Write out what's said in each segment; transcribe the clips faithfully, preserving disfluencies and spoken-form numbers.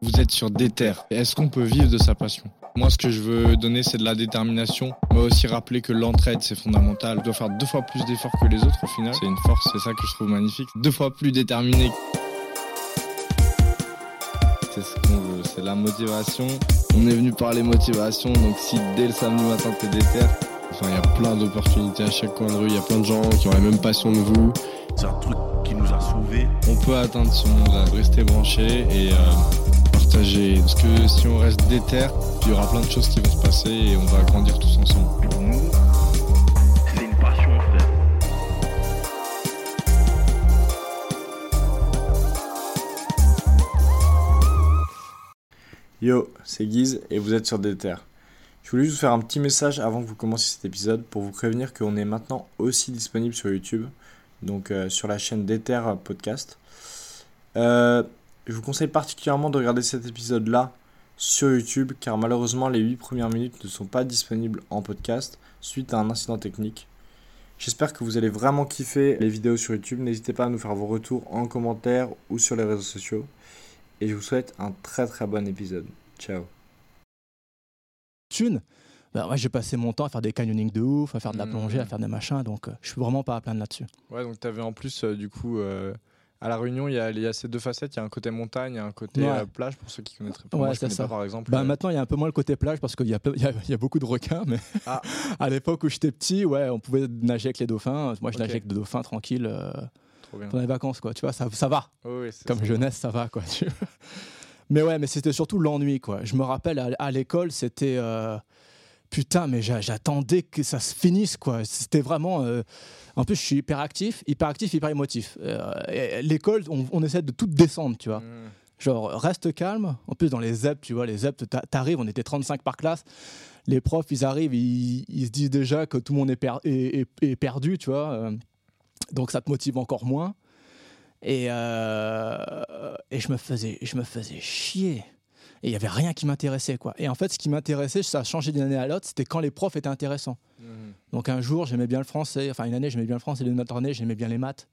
Vous êtes sur Déter. Est-ce qu'on peut vivre de sa passion ? Moi, ce que je veux donner, c'est de la détermination, mais aussi rappeler que l'entraide, c'est fondamental. On doit faire deux fois plus d'efforts que les autres, au final. C'est une force, c'est ça que je trouve magnifique. Deux fois plus déterminé. C'est ce qu'on veut, c'est la motivation. On est venu parler motivation, donc si dès le samedi matin, t'es Déter, enfin, il y a plein d'opportunités à chaque coin de rue. Il y a plein de gens qui ont la même passion que vous. C'est un truc qui nous a sauvés. On peut atteindre ce monde-là, rester branché et... Euh, Parce que si on reste déter, il y aura plein de choses qui vont se passer et on va grandir tous ensemble. Pour nous, c'est une passion, frère. Yo, c'est Guiz et vous êtes sur Déter. Je voulais juste vous faire un petit message avant que vous commenciez cet épisode pour vous prévenir qu'on est maintenant aussi disponible sur YouTube, donc euh, sur la chaîne Déter Podcast. Euh... Je vous conseille particulièrement de regarder cet épisode-là sur YouTube car malheureusement les huit premières minutes ne sont pas disponibles en podcast suite à un incident technique. J'espère que vous allez vraiment kiffer les vidéos sur YouTube. N'hésitez pas à nous faire vos retours en commentaire ou sur les réseaux sociaux. Et je vous souhaite un très très bon épisode. Ciao. Thune, bah, moi j'ai passé mon temps à faire des canyonings de ouf, à faire de la Mmh. plongée, à faire des machins, donc euh, je suis vraiment pas à plaindre là-dessus. Ouais, donc t'avais en plus, euh, du coup, euh, à La Réunion, il y, a- il y a ces deux facettes. Il y a un côté montagne, il y a un côté Ouais. euh, plage, pour ceux qui connaîtraient pas. Ouais, Moi, je c'est connais ça. pas, par exemple. Bah, euh, maintenant il y a un peu moins le côté plage parce qu'il y a, peu- il y a, il y a beaucoup de requins, mais Ah. à l'époque où j'étais petit, ouais, on pouvait nager avec les dauphins. Moi je Ok. nageais avec des dauphins tranquille euh, Trop bien. pendant les vacances, quoi. Tu vois, ça, ça va. Oh, oui, c'est Comme ça. jeunesse, ça va, quoi. tu vois. Mais ouais, mais c'était surtout l'ennui, quoi. Je me rappelle à, à l'école, c'était euh, putain, mais j'a- j'attendais que ça se finisse, quoi. C'était vraiment. euh, En plus, je suis hyper actif, hyper actif, hyper émotif. Euh, et l'école, on, on essaie de tout descendre, tu vois. Mmh. Genre, reste calme. En plus, dans les Z E P, tu vois, les Z E P, t'a- t'arrives, on était trente-cinq par classe. Les profs, ils arrivent, ils, ils se disent déjà que tout le monde est, per- est- est- est perdu, tu vois. Euh, donc, ça te motive encore moins. Et, euh, et je me faisais, je me faisais chier. Et il n'y avait rien qui m'intéressait, quoi. Et en fait, ce qui m'intéressait, ça a changé d'une année à l'autre, c'était quand les profs étaient intéressants. Mmh. Donc un jour, j'aimais bien le français. Enfin, une année, j'aimais bien le français. Une autre année, j'aimais bien les maths.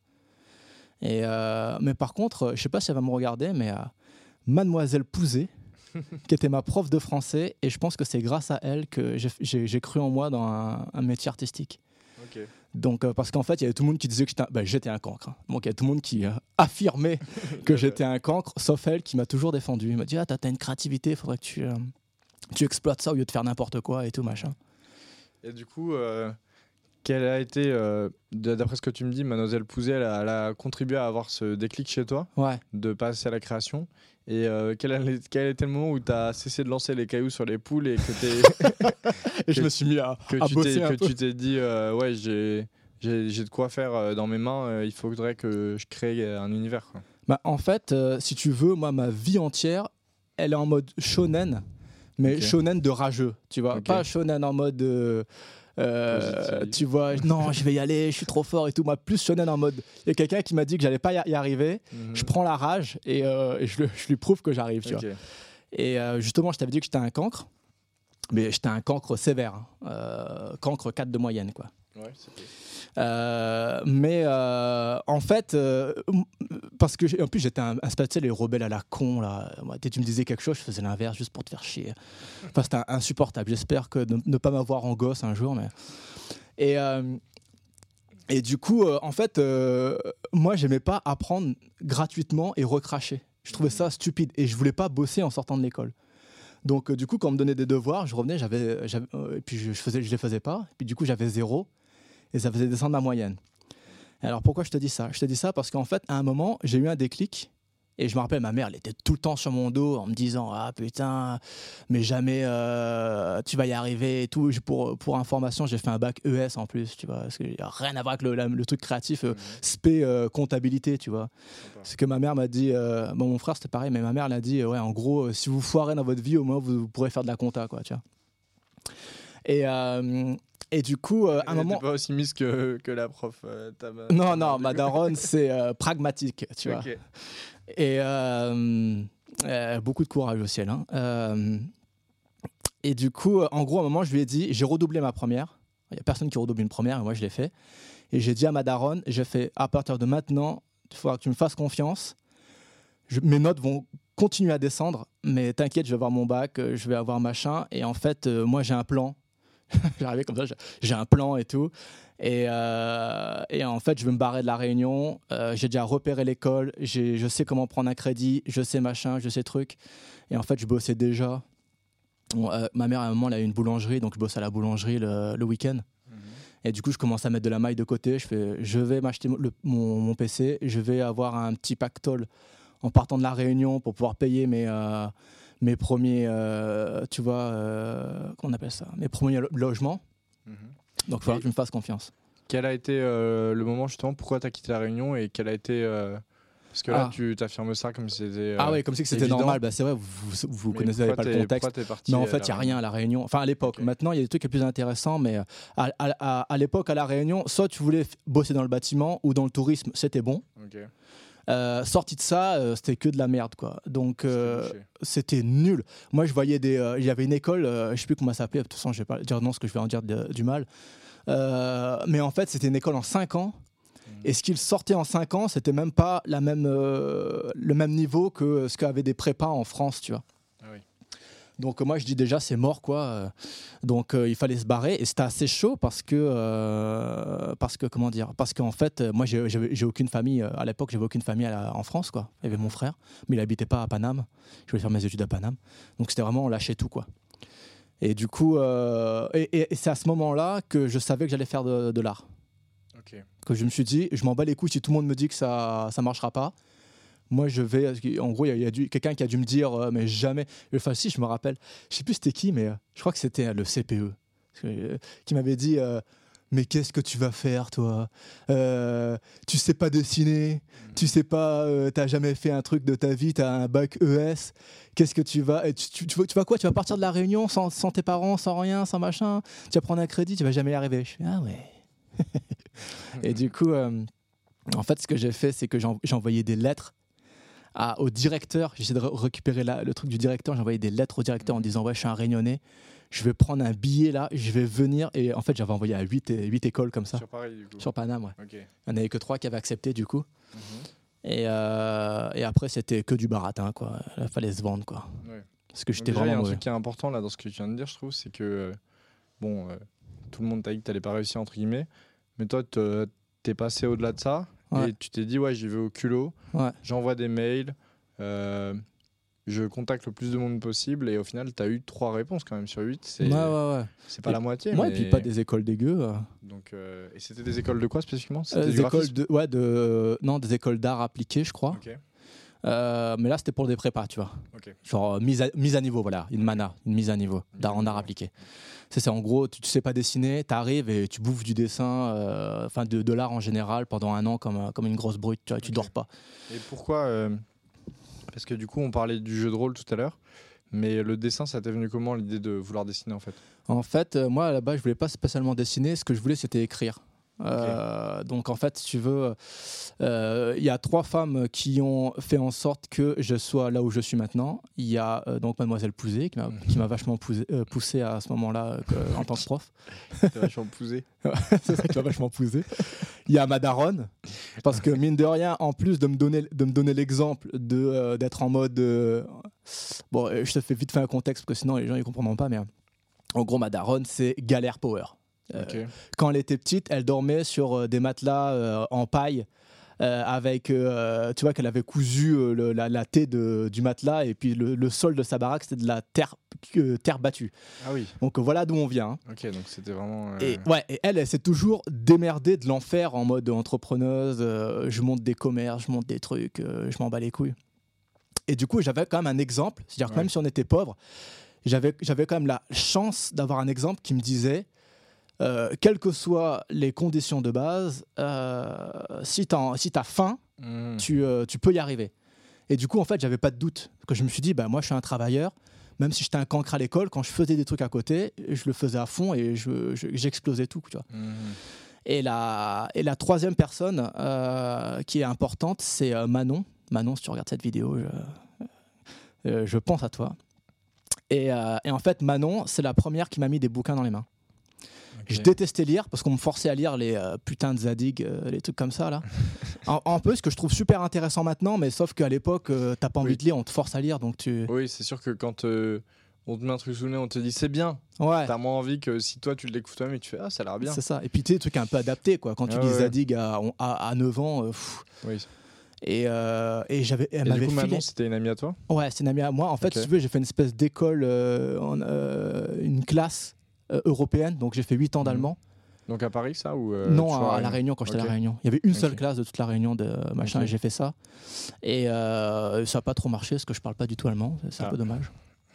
Et euh, mais par contre, je ne sais pas si elle va me regarder, mais euh, Mademoiselle Pouzet, qui était ma prof de français, et je pense que c'est grâce à elle que j'ai, j'ai, j'ai cru en moi dans un, un métier artistique. Ok. Donc, euh, parce qu'en fait, il y avait tout le monde qui disait que j'étais un, ben, j'étais un cancre. hein. Donc, il y a tout le monde qui euh, affirmait que j'étais un cancre, sauf elle qui m'a toujours défendu. Elle m'a dit, ah, t'as, t'as une créativité, il faudrait que tu, euh, tu exploites ça au lieu de faire n'importe quoi et tout, machin. Et du coup, euh, quelle a été, euh, d- d'après ce que tu me dis, Mademoiselle Pouzet, elle a, elle a contribué à avoir ce déclic chez toi, Ouais. de passer à la création. Et euh, quel, a- quel a été le moment où tu as cessé de lancer les cailloux sur les poules et que, t'es, Et je me suis mis à, que, à tu, bosser t'es, un que peu. tu t'es dit, euh, ouais, j'ai, j'ai, j'ai de quoi faire euh, dans mes mains, euh, il faudrait que je crée un univers, quoi. Bah, en fait, euh, si tu veux, moi, ma vie entière, elle est en mode shonen, mais Ok. shonen de rageux, tu vois. Ok. Pas shonen en mode, euh, euh, Positif. tu vois, non, je vais y aller, je suis trop fort et tout. Moi, plus shonen en mode, il y a quelqu'un qui m'a dit que j'allais pas y y arriver, Mhm. je prends la rage et, euh, et je, le- je lui prouve que j'arrive, tu Ok. vois. Et euh, justement, je t'avais dit que j'étais un cancre, mais j'étais un cancre sévère, hein. Euh, cancre quatre de moyenne, quoi. Ouais, c'est cool. Euh, mais euh, en fait, euh, m- parce que j'ai- en plus j'étais un, un tu sais, les rebelles à la con là. Moi, dès que tu me disais quelque chose, je faisais l'inverse juste pour te faire chier. Enfin, c'était insupportable. J'espère que ne, ne pas m'avoir en gosse un jour, mais et euh, et du coup, euh, en fait, euh, moi, j'aimais pas apprendre gratuitement et recracher. Je trouvais ça stupide et je voulais pas bosser en sortant de l'école. Donc, euh, du coup, quand on me donnait des devoirs, je revenais, j'avais, j'avais euh, et puis je, je faisais, je les faisais pas. Et puis du coup, j'avais zéro. Et ça faisait descendre ma moyenne. Alors pourquoi je te dis ça ? Je te dis ça parce qu'en fait, à un moment, j'ai eu un déclic. Et je me rappelle, ma mère, elle était tout le temps sur mon dos en me disant « Ah putain, mais jamais euh, tu vas y arriver et tout. » Pour, pour information, j'ai fait un bac E S en plus, tu vois. Parce qu'il n'y a rien à voir avec le, la- le truc créatif, euh, spé euh, comptabilité, tu vois. C'est que ma mère m'a dit... euh, bon, mon frère, c'était pareil, mais ma mère l'a dit, euh, ouais, en gros, euh, si vous foirez dans votre vie, au moins, vous, vous pourrez faire de la compta, quoi, tu vois. Et... euh, Et du coup, euh, à un Elle était moment. pas aussi mise que, que la prof. euh, ta ma- Non, ta non, mère, ma du coup. daronne, c'est euh, pragmatique, tu vois. Ok. Et euh, euh, beaucoup de courage au ciel. Hein. Euh, et du coup, en gros, à un moment, je lui ai dit, j'ai redoublé ma première. Il n'y a personne qui redouble une première, et moi, je l'ai fait. Et j'ai dit à ma daronne, j'ai fait, à partir de maintenant, il faudra que tu me fasses confiance. Je- mes notes vont continue à descendre, mais t'inquiète, je vais avoir mon bac, euh, je vais avoir machin. Et en fait, euh, moi, j'ai un plan. J'arrivais comme ça, j'ai- j'ai un plan et tout. Et, euh, et en fait, je veux me barrer de la Réunion. Euh, j'ai déjà repéré l'école. J'ai, je sais comment prendre un crédit. Je sais machin, je sais truc. Et en fait, je bossais déjà. Bon, euh, ma mère, à un moment, elle a une boulangerie. Donc, je bosse à la boulangerie le, le week-end. Et du coup, je commence à mettre de la maille de côté. Je fais, je vais m'acheter mo- le- mon, mon P C. Je vais avoir un petit pactole en partant de la Réunion pour pouvoir payer mes, euh, mes premiers, euh, tu vois, euh, comment on appelle ça, mes premiers lo- logements. Donc, il faut Et- que je me fasse confiance. Quel a été euh, le moment justement pourquoi tu as quitté la Réunion et quel a été euh, parce que là Ah. tu t'affirmes ça comme si c'était euh, Ah ouais, comme si que c'était évident. normal. Bah, c'est vrai, vous, vous, vous mais connaissez pourquoi pas le t'es- contexte. pourquoi t'es parti Mais en à fait, la il n'y a Réunion rien à La Réunion. Enfin, à l'époque. Ok. Maintenant, il y a des trucs qui sont plus intéressants, mais euh, à, à, à, à l'époque, à La Réunion, soit tu voulais f- bosser dans le bâtiment ou dans le tourisme, c'était bon. Ok. Euh, sorti de ça, euh, c'était que de la merde, quoi. Donc, euh, C'était bouché. c'était nul. Moi, je voyais des. euh, Il y avait une école, euh, je sais plus comment ça s'appelait, de toute façon, je vais pas dire non, parce que je vais en dire de- du mal. Euh, mais en fait, c'était une école en cinq ans. Et ce qu'ils sortaient en cinq ans, c'était même pas la même, euh, le même niveau que ce qu'avaient des prépas en France, tu vois. Ah oui. Donc euh, moi je dis déjà c'est mort quoi. Euh, Donc euh, il fallait se barrer et c'était assez chaud parce que euh, parce que comment dire parce qu'en fait euh, moi j'ai, j'ai, j'ai aucune famille euh, à l'époque j'avais aucune famille à la- en France quoi. Il y avait mon frère mais il habitait pas à Paname. Je voulais faire mes études à Paname donc c'était vraiment on lâchait tout quoi. Et du coup euh, et, et- et c'est à ce moment-là que je savais que j'allais faire de, de l'art. Ok. Que je me suis dit je m'en bats les couilles si tout le monde me dit que ça ça marchera pas. Moi, je vais. En gros, il y a, il y a dû- quelqu'un qui a dû me dire, euh, mais jamais. Enfin, si, je me rappelle. Je sais plus c'était qui, mais euh, je crois que c'était euh, le C P E Parce que, euh, qui m'avait dit, euh, mais qu'est-ce que tu vas faire, toi Euh, Tu sais pas dessiner, tu sais pas, euh, t'as jamais fait un truc de ta vie, t'as un bac E S. Qu'est-ce que tu vas et tu, tu, tu vas- tu vas quoi Tu vas partir de la Réunion sans, sans tes parents, sans rien, sans machin. Tu vas prendre un crédit, tu vas jamais y arriver. Je fais ah ouais. Et du coup, euh, en fait, ce que j'ai fait, c'est que j'ai en- j'ai envoyé des lettres à- au directeur. J'essaie de re- récupérer la- le truc du directeur. J'ai envoyé des lettres au directeur en disant ouais, je suis un Réunionnais. Je vais prendre un billet là, je vais venir. Et en fait, j'avais envoyé à huit écoles comme ça, Sur Paris du coup. sur Paname. Ouais. Ok. Il n'y en avait que trois qui avaient accepté du coup. Mhm. Et, euh, et après, c'était que du baratin, quoi. Il fallait se vendre, quoi. Ouais. Parce que Donc j'étais déjà, il y a vraiment un mauvais. truc qui est important là dans ce que tu viens de dire, je trouve, c'est que euh, bon, euh, tout le monde t'a dit que t'allais pas réussir entre guillemets, mais toi, te- t'es passé au-delà de ça Ouais. et tu t'es dit ouais, j'y vais au culot, Ouais. j'envoie des mails, euh, je contacte le plus de monde possible et au final, t'as eu trois réponses quand même sur huit. C'est Ouais, ouais, ouais. c'est pas Et- la moitié. Ouais, mais... et puis pas des écoles dégueu. euh. Donc, euh, et c'était des écoles de quoi spécifiquement? C'était Euh, du des écoles graphisme. de, ouais, de, non, des écoles d'art appliqué, je crois. Ok. Euh, mais là, c'était pour des prépas, tu vois. Ok. Genre euh, mise, à, mise à niveau, voilà, une mana, une mise à niveau d'art en art appliqué. C'est ça, en gros, tu, tu sais pas dessiner, tu arrives et tu bouffes du dessin, euh, enfin de, de l'art en général pendant un an comme, un- comme une grosse brute, tu vois, et tu Ok. dors pas. Et pourquoi euh, Parce que du coup, on parlait du jeu de rôle tout à l'heure, mais le dessin, ça t'est venu comment l'idée de vouloir dessiner en fait? En fait, euh, moi là-bas, je voulais pas spécialement dessiner, ce que je voulais, c'était écrire. Euh, donc en fait, si tu veux, euh, il y a trois femmes qui ont fait en sorte que je sois là où je suis maintenant. Il y a euh, donc Mademoiselle Pouzé qui m'a, qui m'a vachement poussé, euh, poussé à ce moment-là euh, que- en tant que prof. T'es vachement poussé. C'est ça qui m'a vachement poussé. Il y a ma daronne, parce que mine de rien, en plus de me donner, de me donner l'exemple de, euh, d'être en mode... euh, bon, euh, je te fais vite fait un contexte, parce que sinon les gens ne comprendront pas, mais euh, en gros, ma daronne, c'est galère power. Euh, Ok. Quand elle était petite, elle dormait sur euh, des matelas euh, en paille, euh, avec, euh, tu vois, qu'elle avait cousu euh, le- la, la taie de, du matelas, et puis le, le sol de sa baraque, c'était de la terre, euh, terre battue. Ah oui. Donc euh, voilà d'où on vient. hein. Ok, donc c'était vraiment. euh, Et, ouais, et elle, elle s'est toujours démerdée de l'enfer en mode entrepreneuse. euh, je monte des commerces, je monte des trucs, euh, je m'en bats les couilles. Et du coup, j'avais quand même un exemple. C'est-à-dire que Ouais. même si on était pauvre, j'avais, j'avais quand même la chance d'avoir un exemple qui me disait, euh, quelles que soient les conditions de base, euh, si tu as si t'as faim, hmm. tu, euh, tu peux y arriver. Et du coup, en fait, j'avais pas de doute. Parce que je me suis dit, bah, moi, je suis un travailleur. Même si j'étais un cancre à l'école, quand je faisais des trucs à côté, je le faisais à fond et je, je- j'explosais tout. Tu vois. Hmm. Et, la, et la troisième personne euh, qui est importante, c'est euh, Manon. Manon, si tu regardes cette vidéo, je, euh, je pense à toi. Et, euh, et en fait, Manon, c'est la première qui m'a mis des bouquins dans les mains. Ok. Je détestais lire parce qu'on me forçait à lire les euh, putains de Zadig, euh, les trucs comme ça là. un, un peu ce que je trouve super intéressant maintenant, mais sauf qu'à l'époque, euh, t'as pas envie Oui. de lire, on te force à lire, donc tu. Oui, c'est sûr que quand euh, on te met un truc sous le nez, on te dit c'est bien. Ouais. T'as moins envie que si toi tu le découvres toi-même et tu fais ah ça a l'air bien. C'est ça. Et puis tu sais, des trucs un peu adaptés quoi. Quand tu Ah lis ouais. Zadig à, à, à neuf ans, euh, pff. Oui. et, euh, et j'avais, elle Et m'avait du coup filé. maintenant c'était une amie à toi. Ouais, c'est une amie à moi. En fait, Ok. si tu veux, j'ai fait une espèce d'école, euh, en, euh, une classe euh, européenne, donc j'ai fait huit ans Mhm. d'allemand. Donc à Paris ça ou euh, non, toujours à, à La Réunion, quand j'étais à Ok. La Réunion. Il y avait une seule Ok. classe de toute La Réunion de euh, machin, Ok. et j'ai fait ça. Et euh, ça n'a pas trop marché parce que je parle pas du tout allemand, c'est un Ah. peu dommage.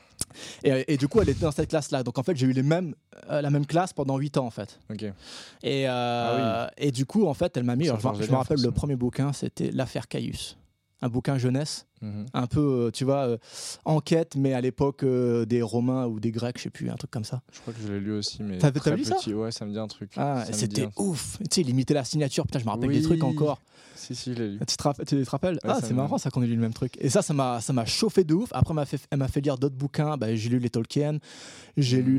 Et, et du coup, elle était dans cette classe-là. Donc en fait, j'ai eu les mêmes, euh, la même classe pendant huit ans en fait. Ok. Et, euh, et du coup, en fait, elle m'a mis. Ça alors, je me- change je me bien, rappelle, le forcément. premier bouquin, c'était L'affaire Caius. Un bouquin jeunesse, Mhm. un peu, euh, tu vois, euh, enquête, mais à l'époque euh, des Romains ou des Grecs, je sais plus, un truc comme ça. Je crois que je l'ai lu aussi mais T'as- t'as très lu ça petit. Ouais, ça me dit un truc. Ah, Ça me c'était dit un- ouf. Tu sais, il imitait la signature. Putain, je me rappelle Oui. des trucs encore. Si si, je l'ai lu. Tu te, rapp- tu te rappelles Ouais, Ah, ça c'est me- marrant ça qu'on ait lu le même truc. Et ça, ça m'a, ça m'a chauffé de ouf. Après, elle m'a fait, elle m'a fait lire d'autres bouquins. Bah, j'ai lu les Tolkien, j'ai Mhm. lu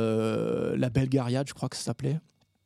le, la Belgariade, je crois que ça s'appelait.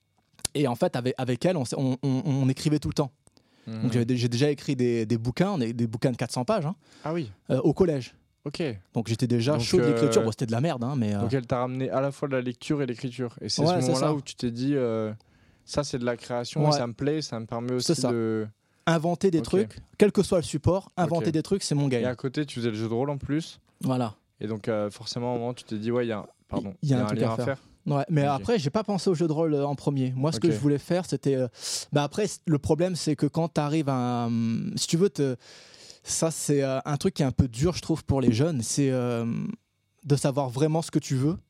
Et en fait, avec, avec elle, on, s'est- on, on- on écrivait tout le temps. Mhm. Donc j'avais- j'ai déjà écrit des, des bouquins, des des bouquins de quatre cents pages, hein, Ah oui. euh, au collège. Ok. Donc j'étais déjà Donc, chaud de euh, l'écriture. Bon, c'était de la merde, hein, mais. euh, Donc elle t'a ramené à la fois de la lecture et l'écriture. Et c'est Ouais, ce c'est moment-là ça. où tu t'es dit, euh, ça c'est de la création, Ouais. et ça me plaît, ça me permet aussi C'est ça. de... Inventer des Ok. trucs, quel que soit le support, inventer Ok. des trucs, c'est mon Et game. à côté, tu faisais le jeu de rôle en plus. Voilà. Et donc euh, forcément, à un moment, tu t'es dit, ouais, il y a un, pardon, Il y a un truc lien à à faire. faire. Ouais, mais Ok. après, j'ai pas pensé au jeu de rôle euh, en premier. Moi, ce Ok. que je voulais faire, c'était. euh, Bah après, c- le problème, c'est que quand tu arrives à. un- Si tu veux te. Ça, c'est euh, un truc qui est un peu dur, je trouve, pour les jeunes. C'est euh, de savoir vraiment ce que tu veux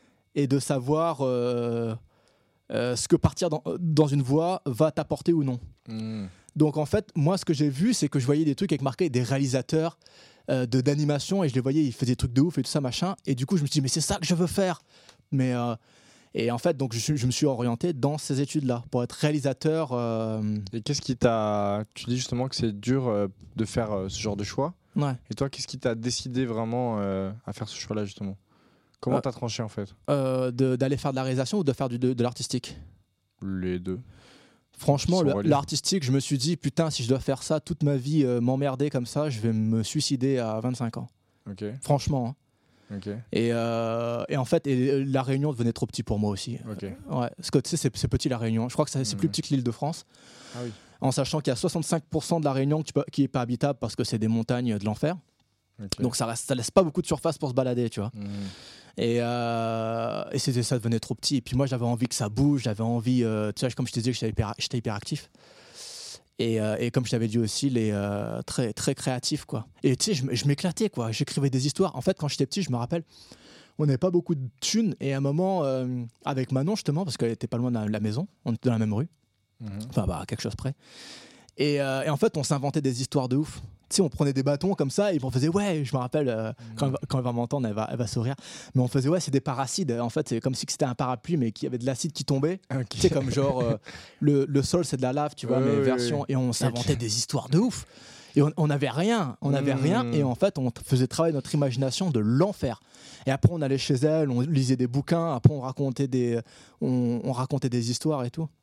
et de savoir euh, euh, ce que partir dans, dans une voie va t'apporter ou non. Mhm. Donc, en fait, moi, ce que j'ai vu, c'est que je voyais des trucs avec marqué des réalisateurs euh, de d'animation et je les voyais, ils faisaient des trucs de ouf et tout ça, machin. Et du coup, je me suis dit, mais c'est ça que je veux faire. Mais. euh, Et en fait, donc, je, suis- je me suis orienté dans ces études-là pour être réalisateur. euh, Et qu'est-ce qui t'a... Tu dis justement que c'est dur euh, de faire euh, ce genre de choix. Ouais. Et toi, qu'est-ce qui t'a décidé vraiment euh, à faire ce choix-là, justement? Comment Euh, t'as tranché, en fait? Euh, de- d'aller faire de la réalisation ou de faire du, de, de l'artistique. Les deux. Franchement, Ils sont le- reliés. l'artistique, je me suis dit, putain, si je dois faire ça toute ma vie, euh, m'emmerder comme ça, je vais me suicider à vingt-cinq ans. Ok, Franchement. hein. ok, Et, euh, et en fait, et la Réunion devenait trop petit pour moi aussi. ok. Ouais, parce que tu sais, c'est, c'est petit la Réunion. Je crois que ça- c'est Mhm. plus petit que l'île de France. Ah oui. En sachant qu'il y a soixante-cinq pour cent de la Réunion que tu peux- qui n'est pas habitable parce que c'est des montagnes de l'enfer. ok. Donc ça, reste, ça laisse pas beaucoup de surface pour se balader, tu vois. Mhm. Et, euh, et c'était, ça devenait trop petit. Et puis moi, j'avais envie que ça bouge, j'avais envie, euh, tu sais, comme je te disais, que j'étais hyper, j'étais hyper actif. Et, euh, et comme je t'avais dit aussi, les, euh, très, très créatif, quoi. Et tu sais, je, m- je m'éclatais, quoi. J'écrivais des histoires. En fait, quand j'étais petit, je me rappelle, on n'avait pas beaucoup de thunes. Et à un moment, euh, avec Manon, justement, parce qu'elle était pas loin de la, la maison, on était dans la même rue, Mhm. enfin, bah, à quelque chose près. Et, euh, et en fait, on s'inventait des histoires de ouf. Tu sais, on prenait des bâtons comme ça et on faisait, ouais, je me rappelle, euh, quand, elle va- quand elle va m'entendre, elle va, elle va sourire. Mais on faisait, ouais, c'est des paracides. En fait, c'est comme si c'était un parapluie, mais qu'il y avait de l'acide qui tombait. Ok. Tu sais, comme genre, euh, le, le sol, c'est de la lave, tu vois, Ouais, mais ouais, version. ouais. Et on s'inventait Ok. des histoires de ouf. Et on on n'avait rien, on n'avait Mm. rien. Et en fait, on t- faisait travailler notre imagination de l'enfer. Et après, on allait chez elle, on lisait des bouquins. Après, on racontait des, on, on racontait des histoires et tout.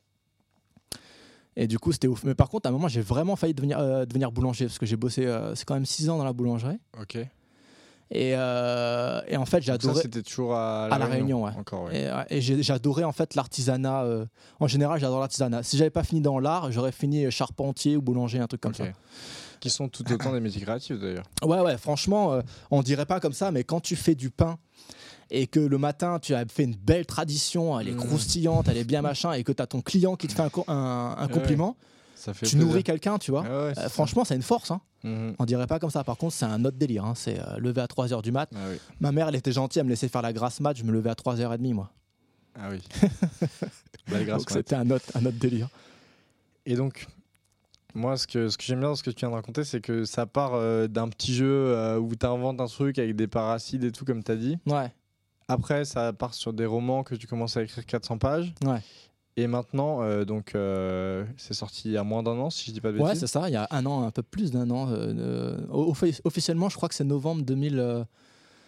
Et du coup, c'était ouf. Mais par contre, à un moment, j'ai vraiment failli devenir, euh, devenir boulanger parce que j'ai bossé, euh, c'est quand même six ans dans la boulangerie. Ok. Et, euh, et en fait, j'ai Donc ça, adoré. c'était toujours à À La Réunion, ouais. Encore, ouais. Et, ouais, et j'ai- j'adorais en fait l'artisanat. euh, en général, j'adore l'artisanat. Si j'avais pas fini dans l'art, j'aurais fini charpentier ou boulanger, un truc comme Ok. Qui sont tout autant des métiers créatifs, d'ailleurs. ça. Ouais, ouais, franchement, euh, on dirait pas comme ça, mais quand tu fais du pain et que le matin, tu as fait une belle tradition, elle est Mm. croustillante, elle est bien machin, et que tu as ton client qui te fait un, co- un- un Ouais, compliment, Ça fait tu plaisir. nourris quelqu'un, tu vois. Ah ouais, c'est Euh, ça. franchement, c'est une force. Hein. Mhm. On dirait pas comme ça. Par contre, c'est un autre délire. Hein. C'est euh, lever à trois heures du mat. Ah oui. Ma mère, elle était gentille, elle me laissait faire la grasse mat. Je me levais à trois heures trente, moi. Ah oui. Belle grâce, Donc, Matt. c'était un autre, un autre délire. Et donc, moi, ce que, ce que j'aime bien dans ce que tu viens de raconter, c'est que ça part euh, d'un petit jeu euh, où tu inventes un truc avec des paracides et tout, comme tu as dit. Ouais. Après, ça part sur des romans que tu commences à écrire quatre cents pages. Ouais. Et maintenant, euh, donc, euh, c'est sorti il y a moins d'un an, si je dis pas de Ouais, bêtises. c'est ça, il y a un an, un peu plus d'un an. euh, euh, offi- officiellement, je crois que c'est novembre deux mille, euh,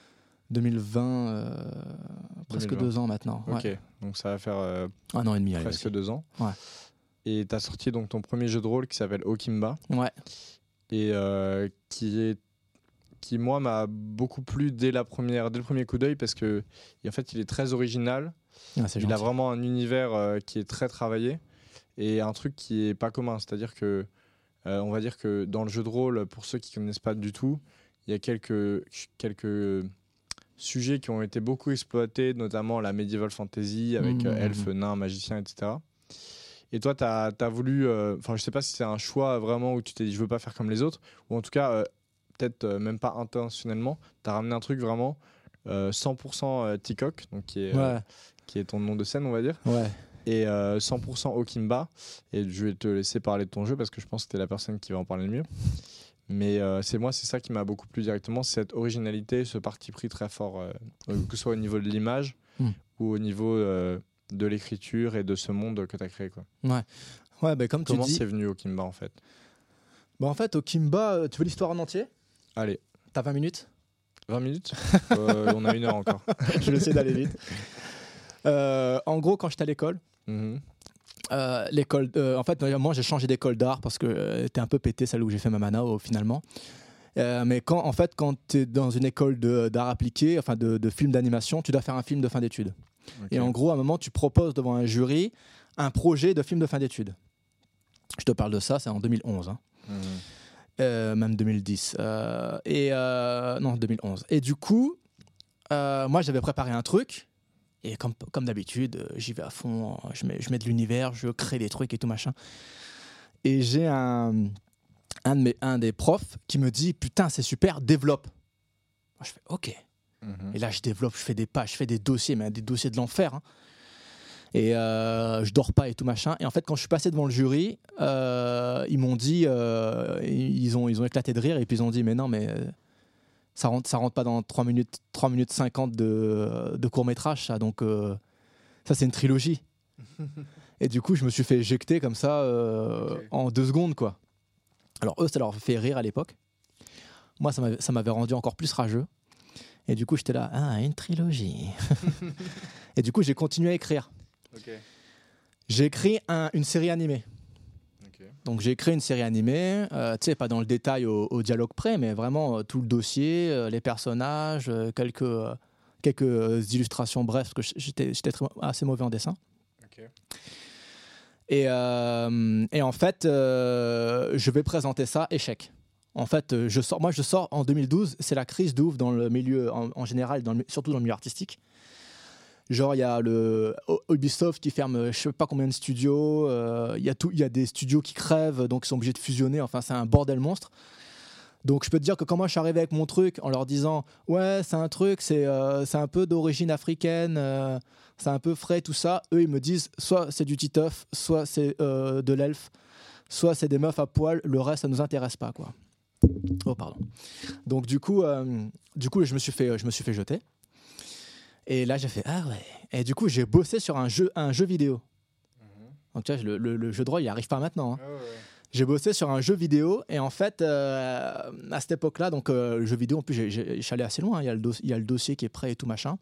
deux mille vingt, euh, presque deux mille vingt. deux ans maintenant. Ok, Ouais. donc ça va faire euh, Un an et demi. allez, presque vas-y. deux ans. Ouais. Et tu as sorti donc ton premier jeu de rôle qui s'appelle Okimba. Ouais. Et euh, qui est qui moi m'a beaucoup plu dès la première dès le premier coup d'œil parce que en fait il est très original. Ah, c'est Il a gentil. vraiment un univers euh, qui est très travaillé et un truc qui est pas commun, c'est-à-dire que euh, on va dire que dans le jeu de rôle, pour ceux qui connaissent pas du tout, il y a quelques quelques sujets qui ont été beaucoup exploités, notamment la medieval fantasy avec Mmh, euh, mmh, elfes, nains, magiciens, et cetera. Et toi, tu as voulu, enfin, euh, je sais pas si c'est un choix vraiment où tu t'es dit je veux pas faire comme les autres, ou en tout cas, euh, peut-être euh, même pas intentionnellement, tu as ramené un truc vraiment euh, cent pour cent euh, Tikok, donc qui est, Ouais. euh, qui est ton nom de scène, on va dire, Ouais. et euh, cent pour cent Okimba. Et je vais te laisser parler de ton jeu parce que je pense que tu es la personne qui va en parler le mieux. Mais euh, c'est moi, c'est ça qui m'a beaucoup plu directement, cette originalité, ce parti pris très fort, euh, que ce soit au niveau de l'image Mm. ou au niveau euh, de l'écriture et de ce monde que tu as créé, quoi. Ouais. Ouais, bah, comme Comment tu dis. c'est venu Okimba en fait? Bah, en fait, au Kimba, euh, tu veux l'histoire en entier? Allez, T'as vingt minutes? vingt minutes. Euh, On a une heure encore. Je vais essayer d'aller vite. Euh, en gros, quand j'étais à l'école, Mhm. euh, l'école, euh, en fait, moi j'ai changé d'école d'art parce que euh, était un peu pété celle où j'ai fait ma mana au- finalement. Euh, mais quand, en fait, quand tu es dans une école de- d'art appliqué, enfin de, de film d'animation, tu dois faire un film de fin d'études. Ok. Et en gros, à un moment, tu proposes devant un jury un projet de film de fin d'études. Je te parle de ça, c'est en deux mille onze. Hein. Mhm. Euh, même deux mille dix. Euh, et euh, non, deux mille onze. Et du coup, euh, moi, j'avais préparé un truc. Et comme, comme d'habitude, euh, j'y vais à fond. Je mets, je mets de l'univers, je crée des trucs et tout machin. Et j'ai un, un, de mes, un des profs qui me dit putain, c'est super, développe. Moi, je fais ok. Mhm. Et là, je développe, je fais des pages, je fais des dossiers, mais des dossiers de l'enfer. Hein. Et euh, je dors pas et tout machin. Et en fait, quand je suis passé devant le jury, euh, ils m'ont dit, euh, ils, ont, ils ont éclaté de rire et puis ils ont dit, mais non, mais euh, ça rentre, ça rentre pas dans trois minutes, trois minutes cinquante de, de court-métrage, ça. Donc, euh, ça, c'est une trilogie. Et du coup, je me suis fait éjecter comme ça euh, Ok. en deux secondes, quoi. Alors, eux, ça leur fait rire à l'époque. Moi, ça m'avait, ça m'avait rendu encore plus rageux. Et du coup, j'étais là, ah, une trilogie. Et du coup, j'ai continué à écrire. Ok. J'ai écrit un- une série animée. Ok. Donc j'ai créé une série animée, euh, tu sais, pas dans le détail au, au dialogue près, mais vraiment euh, tout le dossier, euh, les personnages, euh, quelques, euh, quelques euh, illustrations, bref, parce que j'étais, j'étais très- assez mauvais en dessin. Ok. Et, euh, et en fait, euh, je vais présenter ça, échec. En fait, euh, je sors, moi je sors en deux mille douze, c'est la crise de ouf dans le milieu, en, en général, dans le, surtout dans le milieu artistique. Genre, il y a le Ubisoft qui ferme je sais pas combien de studios, euh, il y a tout, il y a des studios qui crèvent, donc ils sont obligés de fusionner, enfin c'est un bordel monstre. Donc je peux te dire que quand moi je suis arrivé avec mon truc en leur disant ouais c'est un truc, c'est euh, c'est un peu d'origine africaine, euh, c'est un peu frais tout ça, eux ils me disent soit c'est du titeuf, soit c'est euh, de l'elfe, soit c'est des meufs à poil, le reste ça nous intéresse pas quoi. Oh pardon. Donc du coup, euh, du coup je me suis fait, je me suis fait jeter. Et là, j'ai fait ah ouais. Et du coup, j'ai bossé sur un jeu, un jeu vidéo. Donc tu vois, le, le, le jeu de rôle, il arrive pas maintenant. Hein. Ah ouais. J'ai bossé sur un jeu vidéo et en fait, euh, à cette époque-là, donc euh, le jeu vidéo, en plus, j'ai- j'ai- je suis allé assez loin. hein. Il y a le dos- il y a le dossier qui est prêt et tout machin.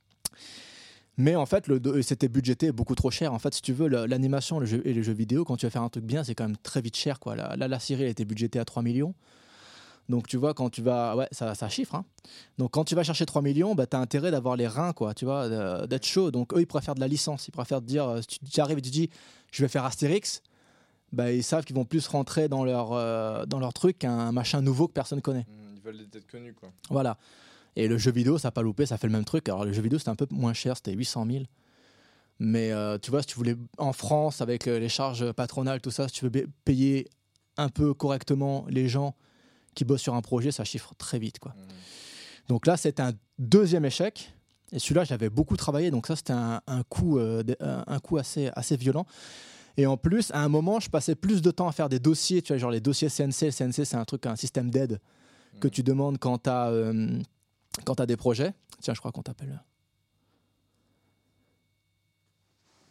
Mais en fait, le do- c'était budgété beaucoup trop cher. En fait, si tu veux, le- l'animation le jeu, et les jeux vidéo, quand tu vas faire un truc bien, c'est quand même très vite cher. Quoi. Là, là, la série, elle était budgétée à trois millions. Donc tu vois, quand tu vas... Ouais, ça, ça chiffre. Hein. Donc quand tu vas chercher trois millions, bah, tu as intérêt d'avoir les reins, quoi, tu vois, de- d'être chaud. Donc eux, ils préfèrent de la licence. Ils préfèrent te dire, euh, si tu, tu arrives et tu dis, je vais faire Astérix, bah, ils savent qu'ils vont plus rentrer dans leur, euh, dans leur truc qu'un machin nouveau que personne connaît. Ils veulent des têtes connues, quoi. Voilà. Et le jeu vidéo, ça n'a pas loupé, ça fait le même truc. Alors le jeu vidéo, c'était un peu moins cher, c'était huit cent mille. Mais euh, tu vois, si tu voulais, en France, avec euh, les charges patronales, tout ça, si tu veux ba- payer un peu correctement les gens qui bossent sur un projet, ça chiffre très vite, quoi. Mhm. Donc là, c'était un deuxième échec. Et celui-là, j'avais beaucoup travaillé. Donc ça, c'était un, un coup, euh, de- un, un coup assez, assez violent. Et en plus, à un moment, je passais plus de temps à faire des dossiers. Tu vois, genre les dossiers C N C. Le C N C, c'est un truc, un système d'aide que tu demandes quand tu as, euh, quand t'as des projets. Tiens, je crois qu'on t'appelle.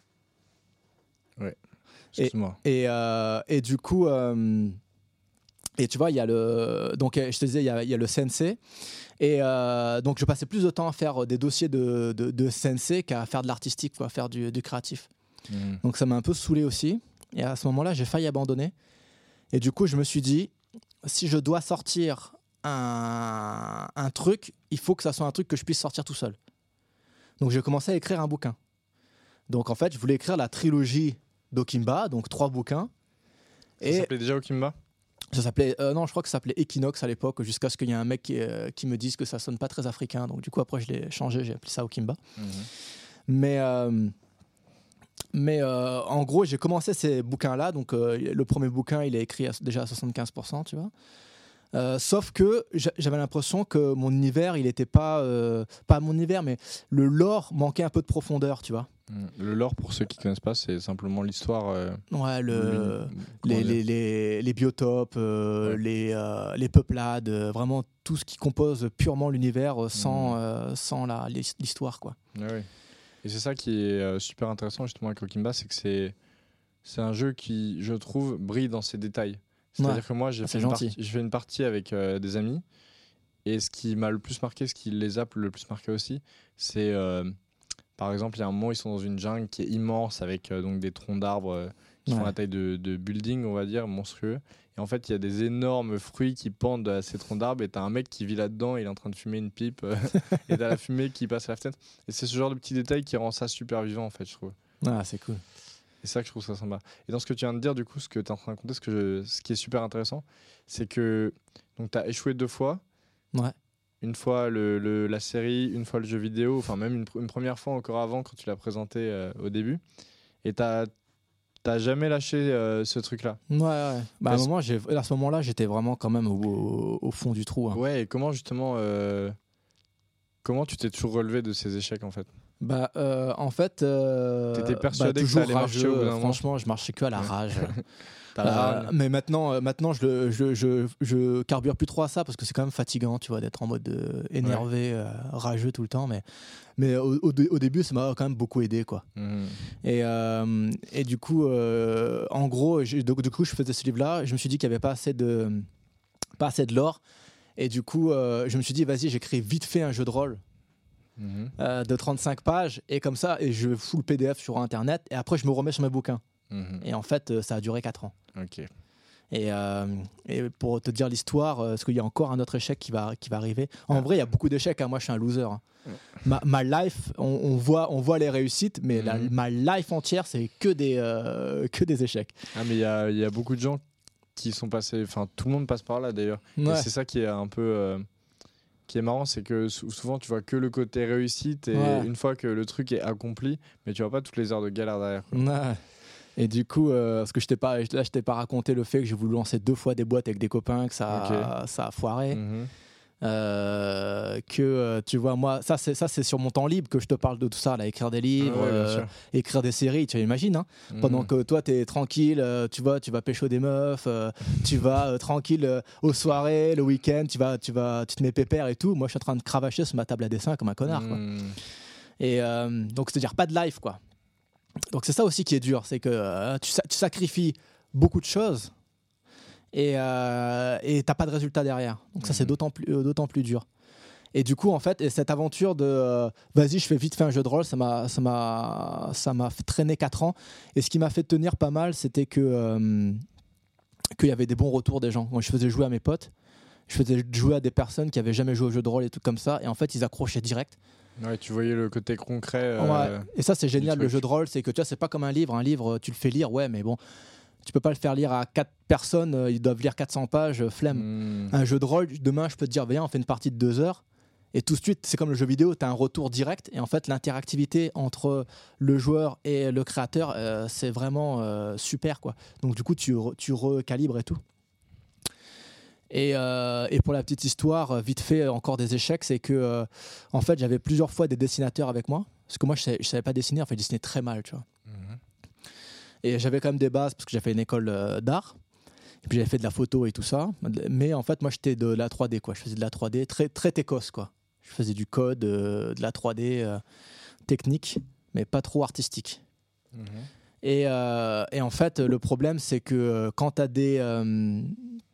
Excuse-moi. Et, euh, et du coup... euh, Et tu vois, il y a le, donc je te disais, il y a, il y a le sensei. Et euh, donc je passais plus de temps à faire des dossiers de, de, de sensei qu'à faire de l'artistique, quoi, à faire du, du créatif. Mmh. Donc ça m'a un peu saoulé aussi. Et à ce moment-là, j'ai failli abandonner. Et du coup, je me suis dit, si je dois sortir un, un truc, il faut que ça soit un truc que je puisse sortir tout seul. Donc j'ai commencé à écrire un bouquin. Donc en fait, je voulais écrire la trilogie d'Okimba, donc trois bouquins. Ça et s'appelait déjà Okimba ? Ça s'appelait, euh, non, je crois que ça s'appelait Equinox à l'époque, jusqu'à ce qu'il y ait un mec qui, euh, qui me dise que ça sonne pas très africain. Donc du coup, après, je l'ai changé, j'ai appelé ça Okimba. Mmh. Mais, euh, mais euh, en gros, j'ai commencé ces bouquins-là. Donc euh, le premier bouquin, il est écrit à, déjà à soixante-quinze pour cent, tu vois. Euh, sauf que j'avais l'impression que mon univers, il était pas, euh, pas mon univers, mais le lore manquait un peu de profondeur, tu vois. Le lore, pour ceux qui connaissent pas, c'est simplement l'histoire. Euh, ouais, le, les, les, les, les biotopes, euh, ouais. les, euh, les peuplades, euh, vraiment tout ce qui compose purement l'univers euh, sans, mmh. euh, sans la, l'histoire, quoi. Ouais, ouais. Et c'est ça qui est euh, super intéressant justement avec Okimba, c'est que c'est, c'est un jeu qui, je trouve, brille dans ses détails. C'est-à-dire ouais. que moi, j'ai fait, une partie, j'ai fait une partie avec euh, des amis, et ce qui m'a le plus marqué, ce qui les a le plus marqué aussi, c'est... Euh, par exemple, il y a un moment, ils sont dans une jungle qui est immense avec euh, donc des troncs d'arbres euh, qui ouais. font la taille de, de building, on va dire, monstrueux. Et en fait, il y a des énormes fruits qui pendent à ces troncs d'arbres et t'as un mec qui vit là-dedans, il est en train de fumer une pipe euh, et t'as la fumée qui passe à la fenêtre. Et c'est ce genre de petits détails qui rend ça super vivant, en fait, je trouve. Ah, c'est cool. Et c'est ça que je trouve ça sympa. Et dans ce que tu viens de dire, du coup, ce que tu es en train de raconter, ce, que je, ce qui est super intéressant, c'est que tu as échoué deux fois. Ouais. Une fois le, le, la série, une fois le jeu vidéo, enfin même une, une première fois encore avant quand tu l'as présenté euh, au début. Et t'as, t'as jamais lâché euh, ce truc-là. Ouais, ouais. Bah, à, un moment, j'ai, à ce moment-là, j'étais vraiment quand même au, au, au fond du trou. Hein. Ouais, et comment justement, euh, comment tu t'es toujours relevé de ces échecs en fait ? Bah, euh, en fait, euh, t'étais persuadé bah, que ça allait rageux, marcher au bout d'un franchement, moment. je marchais que à la ouais. rage. Euh, mais maintenant, euh, maintenant je, je, je, je carbure plus trop à ça parce que c'est quand même fatigant, tu vois, d'être en mode euh, énervé, ouais. euh, rageux tout le temps. Mais, mais au, au, au début, ça m'a quand même beaucoup aidé, quoi. Mmh. Et, euh, et du coup, euh, en gros, j'ai, du coup, je faisais ce livre-là. Je me suis dit qu'il n'y avait pas assez de, pas assez de lore. Et du coup, euh, je me suis dit, vas-y, j'écris vite fait un jeu de rôle. Mmh. Euh, de trente-cinq pages et comme ça, et je fous le P D F sur Internet et après, je me remets sur mes bouquins. Mmh. Et en fait, ça a duré quatre ans. Ok. Et, euh, et pour te dire l'histoire, euh, parce qu'il y a encore un autre échec qui va, qui va arriver. En ah. vrai, il y a beaucoup d'échecs. Hein. Moi, je suis un loser. Hein. Ma, ma life, on, on, voit, on voit les réussites, mais mm-hmm. la, ma life entière, c'est que des, euh, que des échecs. Ah, mais il y a, y a beaucoup de gens qui sont passés. Enfin, tout le monde passe par là d'ailleurs. Ouais. Et c'est ça qui est un peu. Euh, qui est marrant, c'est que souvent tu vois que le côté réussite et ouais. une fois que le truc est accompli, mais tu vois pas toutes les heures de galère derrière. Quoi. Ouais. Et du coup, euh, parce que je t'ai pas, là, je t'ai pas raconté le fait que j'ai voulu lancer deux fois des boîtes avec des copains, que ça, okay. ça a foiré. Mm-hmm. Euh, que euh, tu vois, moi, ça c'est, ça, c'est sur mon temps libre que je te parle de tout ça, là, écrire des livres, ah ouais, euh, écrire des séries, tu imagines, hein, mm-hmm. pendant que toi, t'es tranquille, euh, tu vois, tu vas pécho des meufs, euh, tu vas euh, tranquille euh, aux soirées, le week-end, tu, vas, tu, vas, tu te mets pépère et tout. Moi, je suis en train de cravacher sur ma table à dessin comme un connard. Mm. Quoi. Et euh, donc, c'est-à-dire pas de life, quoi. Donc c'est ça aussi qui est dur, c'est que euh, tu, tu sacrifies beaucoup de choses et euh, et t'as pas de résultat derrière. Donc ça mmh. c'est d'autant plus euh, d'autant plus dur. Et du coup en fait, et cette aventure de euh, vas-y je fais vite fait un jeu de rôle, ça m'a ça m'a ça m'a fait traîner quatre ans. Et ce qui m'a fait tenir pas mal, c'était que euh, qu'il y avait des bons retours des gens. Moi je faisais jouer à mes potes, je faisais jouer à des personnes qui avaient jamais joué au jeu de rôle et tout comme ça, et en fait ils accrochaient direct. Ouais, tu voyais le côté concret. Euh, ouais. Et ça, c'est génial, le jeu de rôle. C'est que tu vois, c'est pas comme un livre. Un livre, tu le fais lire, ouais, mais bon, tu peux pas le faire lire à quatre personnes. Ils doivent lire quatre cents pages, flemme. Mmh. Un jeu de rôle, demain, je peux te dire, viens, on fait une partie de deux heures. Et tout de suite, c'est comme le jeu vidéo, tu as un retour direct. Et en fait, l'interactivité entre le joueur et le créateur, euh, c'est vraiment euh, super, quoi. Donc, du coup, tu, re- tu recalibres et tout. Et, euh, et pour la petite histoire, vite fait, encore des échecs, c'est que euh, en fait, j'avais plusieurs fois des dessinateurs avec moi, parce que moi, je savais, je savais pas dessiner, en fait, je dessinais très mal, tu vois. Mmh. Et j'avais quand même des bases, parce que j'avais fait une école euh, d'art, et puis j'avais fait de la photo et tout ça, mais en fait, moi, j'étais de la trois D, quoi. Je faisais de la trois D, très, très técos, quoi. Je faisais du code, euh, de la trois D euh, technique, mais pas trop artistique. Mmh. Et, euh, et en fait, le problème, c'est que euh, quand tu as des... Euh,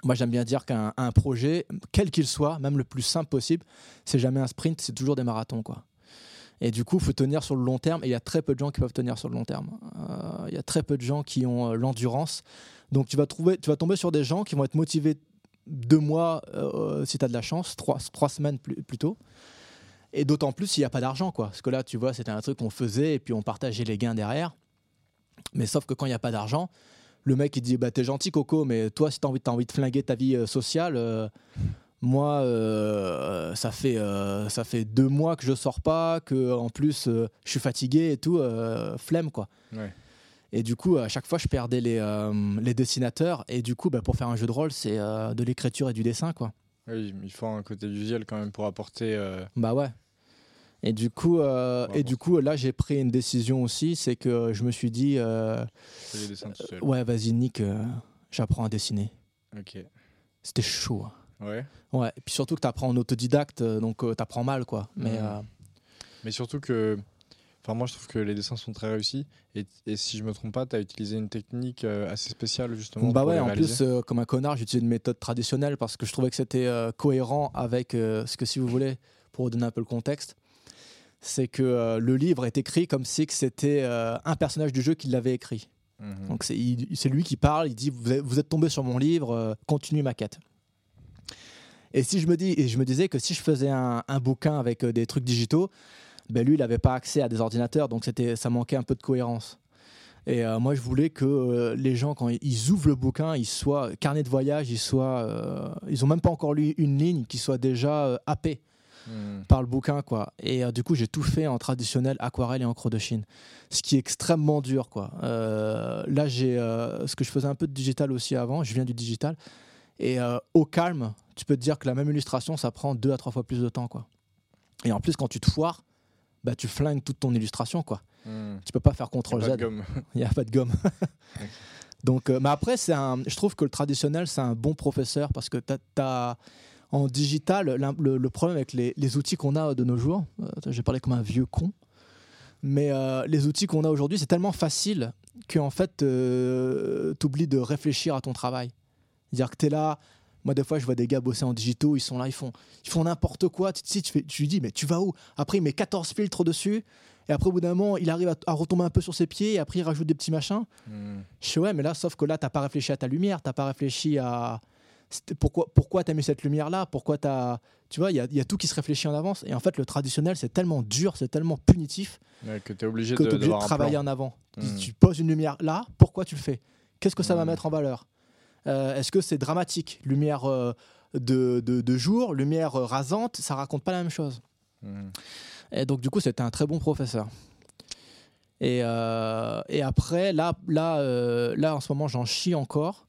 Moi, j'aime bien dire qu'un un projet, quel qu'il soit, même le plus simple possible, c'est jamais un sprint, c'est toujours des marathons, quoi. Et du coup, il faut tenir sur le long terme. Et il y a très peu de gens qui peuvent tenir sur le long terme. Euh, il y a très peu de gens qui ont euh, l'endurance. Donc, tu vas, trouver, tu vas tomber sur des gens qui vont être motivés deux mois, euh, si tu as de la chance, trois, trois semaines plus, plutôt. Et d'autant plus s'il n'y a pas d'argent, quoi. Parce que là, tu vois, c'était un truc qu'on faisait et puis on partageait les gains derrière. Mais sauf que quand il n'y a pas d'argent, le mec, il dit bah, t'es gentil, Coco, mais toi, si tu as envie, envie de flinguer ta vie euh, sociale... Euh, Moi, euh, ça, fait, euh, ça fait deux mois que je sors pas, que en plus euh, je suis fatigué et tout, euh, flemme quoi. Ouais. Et du coup, à chaque fois, je perdais les, euh, les dessinateurs. Et du coup, bah, pour faire un jeu de rôle, c'est euh, de l'écriture et du dessin quoi. Oui, il faut un côté visuel quand même pour apporter. Euh... Bah ouais. Et du coup, euh, Ouais, et bon. du coup, là, j'ai pris une décision aussi, c'est que je me suis dit, euh, fais les dessins tout seul. ouais, vas-y Nick, euh, j'apprends à dessiner. Ok. C'était chaud. Hein. Ouais. Ouais. Et puis surtout que tu apprends en autodidacte, donc euh, tu apprends mal quoi. Mais Mmh. euh, Mais surtout que, enfin moi je trouve que les dessins sont très réussis et, et si je me trompe pas, tu as utilisé une technique euh, assez spéciale justement Bah pour ouais, les en réaliser. plus, euh, comme un connard, j'ai utilisé une méthode traditionnelle parce que je trouvais que c'était euh, cohérent avec euh, ce que, si vous voulez, pour vous donner un peu le contexte, c'est que euh, le livre est écrit comme si que c'était euh, un personnage du jeu qui l'avait écrit. Mhm. Donc c'est, il- c'est lui qui parle, il dit vous êtes, vous êtes tombé sur mon livre, euh, continuez ma quête. Et si je me dis, et je me disais que si je faisais un, un bouquin avec euh, des trucs digitaux, ben lui il n'avait pas accès à des ordinateurs, donc c'était, ça manquait un peu de cohérence. Et euh, moi je voulais que euh, les gens quand ils ouvrent le bouquin, ils soient carnet de voyage, ils soient, euh, ils ont même pas encore lu une ligne, qu'ils soient déjà euh, happés Mhm. par le bouquin quoi. Et euh, du coup j'ai tout fait en traditionnel aquarelle et encre de Chine, ce qui est extrêmement dur quoi. Euh, là j'ai euh, ce que je faisais un peu de digital aussi avant, je viens du digital et euh, au calme tu peux te dire que la même illustration ça prend deux à trois fois plus de temps quoi. Et en plus quand tu te foires bah tu flingues toute ton illustration quoi. Mhm. Tu peux pas faire Y a contrôle pas Z, de gomme. il y a pas de gomme. Donc euh, mais après c'est un, je trouve que le traditionnel c'est un bon professeur parce que t'as, t'as en digital, le, le problème avec les, les outils qu'on a de nos jours, euh, j'ai parlé comme un vieux con, mais euh, les outils qu'on a aujourd'hui, c'est tellement facile qu'en fait, euh, tu oublies de réfléchir à ton travail. C'est-à-dire que tu es là, moi des fois je vois des gars bosser en digitaux, ils sont là, ils font, ils font n'importe quoi, tu, tu, sais, tu, fais, tu lui dis mais tu vas où? Après il met quatorze filtres dessus, et après au bout d'un moment il arrive à, à retomber un peu sur ses pieds, et après il rajoute des petits machins. Mhm. Je sais ouais mais là sauf que là t'as pas réfléchi à ta lumière, t'as pas réfléchi à... C'était pourquoi pourquoi t'as mis cette lumière là, pourquoi t'as, tu vois, il y a, y a tout qui se réfléchit en avance et en fait le traditionnel c'est tellement dur, c'est tellement punitif Ouais, que tu es obligé que de, t'es obligé de d'avoir un travailler plan. en avant. Mm. Tu, tu poses une lumière là, pourquoi tu le fais, qu'est-ce que ça va Mm. mettre en valeur, euh, est-ce que c'est dramatique, lumière euh, de, de, de jour, lumière euh, rasante, ça raconte pas la même chose. Mhm. Et donc du coup c'était un très bon professeur. Et, euh, et après là là euh, là en ce moment j'en chie encore.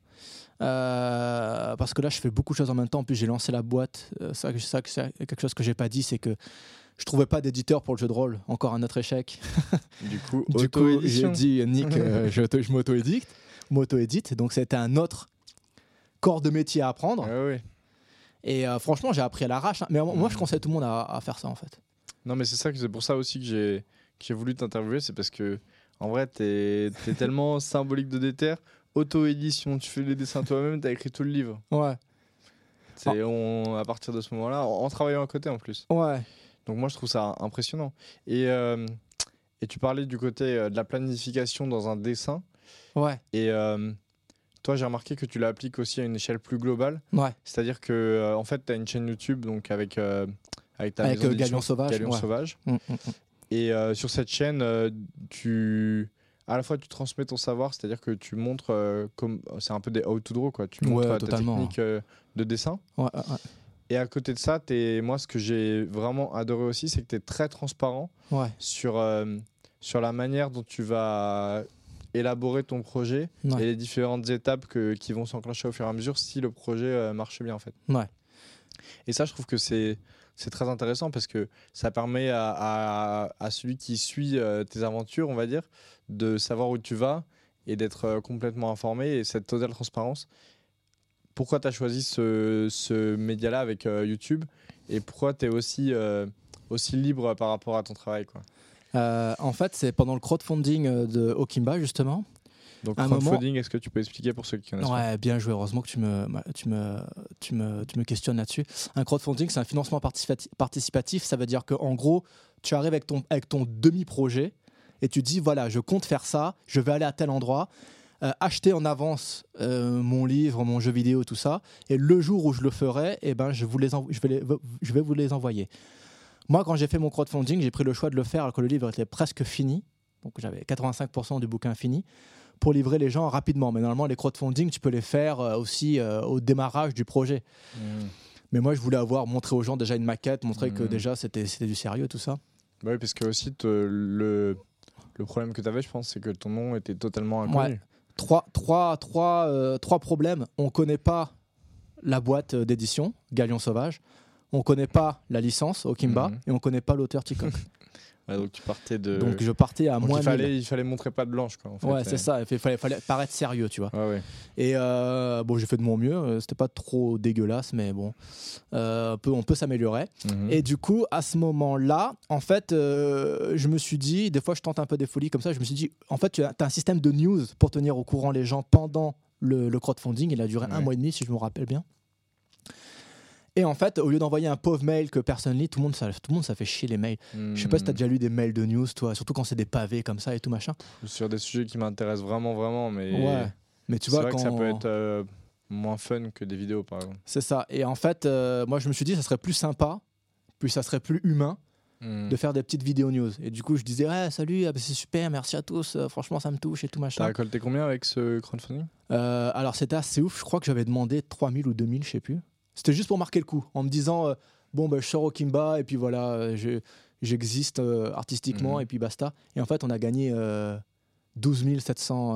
Euh, parce que là je fais beaucoup de choses en même temps, en plus j'ai lancé la boîte, euh, ça, ça, c'est quelque chose que j'ai pas dit, c'est que je trouvais pas d'éditeur pour le jeu de rôle, encore un autre échec. Du coup, Du coup j'ai auto-édition. dit Nick, euh, je, auto- je m'auto-édite, m'auto-édite, donc c'était un autre corps de métier à apprendre. Ouais, ouais. Et euh, franchement j'ai appris à l'arrache, hein. Mais moi Mhm. je conseille tout le monde à, à faire ça en fait. Non, mais c'est ça que c'est pour ça aussi que j'ai que j'ai voulu t'interviewer, c'est parce que en vrai, t'es es tellement symbolique de déter. Auto-édition, tu fais les dessins toi-même, t'as écrit tout le livre. Ouais, C'est on, à partir de ce moment-là, en, en travaillant à côté en plus. ouais, Donc moi, je trouve ça impressionnant. Et, euh, et tu parlais du côté euh, de la planification dans un dessin. ouais, Et euh, toi, j'ai remarqué que tu l'appliques aussi à une échelle plus globale. ouais. C'est-à-dire que euh, en fait, tu as une chaîne YouTube donc avec, euh, avec ta Avec, maison euh, d'édition, Galion Sauvage, Galion ouais. Sauvage. Mm, mm, mm. Et euh, sur cette chaîne, euh, tu à la fois tu transmets ton savoir, c'est-à-dire que tu montres euh, comme c'est un peu des how to draw quoi. Tu montres Ouais, euh, ta totalement. technique euh, de dessin. Ouais, ouais, ouais. Et à côté de ça, t'es, moi, ce que j'ai vraiment adoré aussi, c'est que tu es très transparent Ouais, sur, euh, sur la manière dont tu vas élaborer ton projet ouais. et les différentes étapes que, qui vont s'enclencher au fur et à mesure si le projet euh, marche bien en fait. Ouais. Et ça, je trouve que c'est, c'est très intéressant parce que ça permet à, à, à celui qui suit euh, tes aventures, on va dire, de savoir où tu vas et d'être euh, complètement informé et cette totale transparence. Pourquoi tu as choisi ce, ce média-là avec euh, YouTube et pourquoi tu es aussi, euh, aussi libre par rapport à ton travail quoi. Euh, en fait, c'est pendant le crowdfunding euh, de Okimba, justement. Donc un crowdfunding, moment... est-ce que tu peux expliquer pour ceux qui connaissent pas? Ouais, bien joué. Heureusement que tu me, tu me, tu me, tu me questionnes là-dessus. Un crowdfunding, c'est un financement participati- participatif. Ça veut dire qu'en gros, tu arrives avec ton, avec ton demi-projet et tu dis, voilà, je compte faire ça, je vais aller à tel endroit, euh, acheter en avance euh, mon livre, mon jeu vidéo, tout ça. Et le jour où je le ferai, eh ben, je, vous les env- je, vais les, je vais vous les envoyer. Moi, quand j'ai fait mon crowdfunding, j'ai pris le choix de le faire alors que le livre était presque fini. Donc, j'avais quatre-vingt-cinq pour cent du bouquin fini, pour livrer les gens rapidement. Mais normalement, les crowdfunding, tu peux les faire euh, aussi euh, au démarrage du projet. Mmh. Mais moi, je voulais avoir montré aux gens déjà une maquette, montrer mmh. que déjà, c'était, c'était du sérieux, tout ça. Bah oui, parce que aussi, te, le, le problème que tu avais, je pense, c'est que ton nom était totalement inconnu. Ouais. Trois, trois, trois, euh, trois problèmes. On ne connaît pas la boîte d'édition, Galion Sauvage. On ne connaît pas la licence, Okimba. Mmh. Et on ne connaît pas l'auteur Tikok. Ouais, donc tu partais de. Donc je partais à donc moins il fallait, il fallait montrer patte blanche, quoi. En fait. Ouais, c'est ça. Il fallait, fallait paraître sérieux, tu vois. Ouais, ouais. Et euh, bon, j'ai fait de mon mieux. C'était pas trop dégueulasse, mais bon, euh, on peut, on peut s'améliorer. Mm-hmm. Et du coup, à ce moment-là, en fait, euh, je me suis dit, des fois, je tente un peu des folies comme ça. Je me suis dit, en fait, tu as, as un système de news pour tenir au courant les gens pendant le, le crowdfunding. Il a duré ouais. un mois et demi, si je me rappelle bien. Et en fait, au lieu d'envoyer un pauvre mail que personne lit, tout le monde, ça, tout le monde, ça fait chier les mails. Mmh. Je sais pas si tu as déjà lu des mails de news, toi, surtout quand c'est des pavés comme ça et tout machin. Sur des sujets qui m'intéressent vraiment, vraiment, mais. Ouais. Mais tu c'est vois, vrai quand... que ça peut être euh, moins fun que des vidéos, par exemple. C'est ça. Et en fait, euh, moi, je me suis dit, ça serait plus sympa, puis ça serait plus humain mmh. de faire des petites vidéos news. Et du coup, je disais, ouais, salut, ah, bah, c'est super, merci à tous, euh, franchement, ça me touche et tout machin. T'as récolté combien avec ce crowdfunding ? euh, Alors, c'était assez ouf. Je crois que j'avais demandé trois mille ou deux mille, je sais plus. C'était juste pour marquer le coup, en me disant euh, bon, bah, je sors au Kimba et puis voilà, euh, je, j'existe euh, artistiquement mmh. et puis basta. Et en fait, on a gagné euh, douze mille sept cent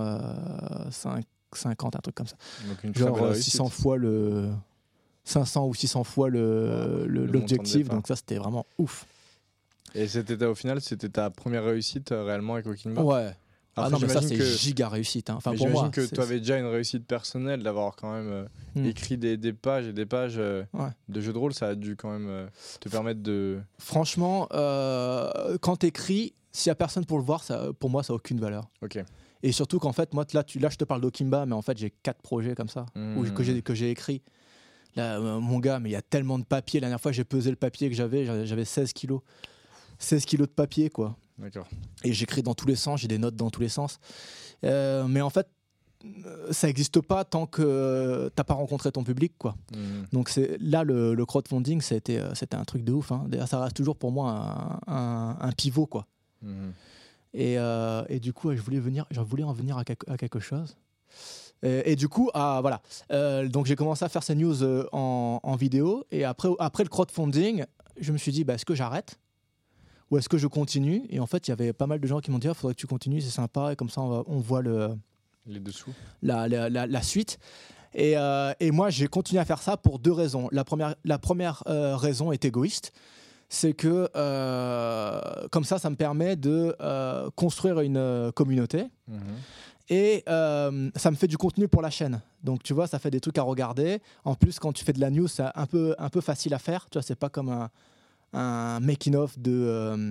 cinquante, un truc comme ça. Donc une genre euh, six cents fois le. cinq cents ou six cents fois le, wow, le, le l'objectif, donc ça c'était vraiment ouf. Et c'était, au final, c'était ta première réussite euh, réellement avec Okimba ? Ouais. Après, ah non, mais ça, c'est que... giga réussite. Hein. Enfin, mais pour j'imagine moi, que c'est... tu avais déjà une réussite personnelle d'avoir quand même euh, mm. écrit des, des pages et des pages euh, ouais. de jeux de rôle. Ça a dû quand même euh, te permettre de. Franchement, euh, quand tu écris, s'il n'y a personne pour le voir, ça, pour moi, ça n'a aucune valeur. Ok. Et surtout qu'en fait, moi, là, tu, là je te parle d'Okimba, mais en fait, j'ai quatre projets comme ça mm. où, que, j'ai, que j'ai écrits. Là, euh, mon gars, mais il y a tellement de papier. La dernière fois, j'ai pesé le papier que j'avais, j'avais, j'avais seize kilos. seize kilos de papier, quoi. D'accord. Et j'écris dans tous les sens, j'ai des notes dans tous les sens. Euh, mais en fait, ça n'existe pas tant que tu n'as pas rencontré ton public, quoi. Mmh. Donc c'est, là, le, le crowdfunding, c'était, c'était un truc de ouf. Hein. D'ailleurs, ça reste toujours pour moi un, un, un pivot, quoi. Mmh. Et, euh, et du coup, je voulais, venir, je voulais en venir à quelque, à quelque chose. Et, et du coup, ah, voilà. Euh, donc j'ai commencé à faire ces news en, en vidéo. Et après, après le crowdfunding, je me suis dit, bah, est-ce que j'arrête ? Ou est-ce que je continue ? Et en fait, il y avait pas mal de gens qui m'ont dit, il ah, faudrait que tu continues, c'est sympa, et comme ça, on, va, on voit le, les dessous. La, la, la, la suite. Et, euh, et moi, j'ai continué à faire ça pour deux raisons. La première, la première euh, raison est égoïste. C'est que euh, comme ça, ça me permet de euh, construire une euh, communauté. Mmh. Et euh, ça me fait du contenu pour la chaîne. Donc, tu vois, ça fait des trucs à regarder. En plus, quand tu fais de la news, c'est un peu, un peu facile à faire. Tu vois, c'est pas comme un... un making-of de, euh,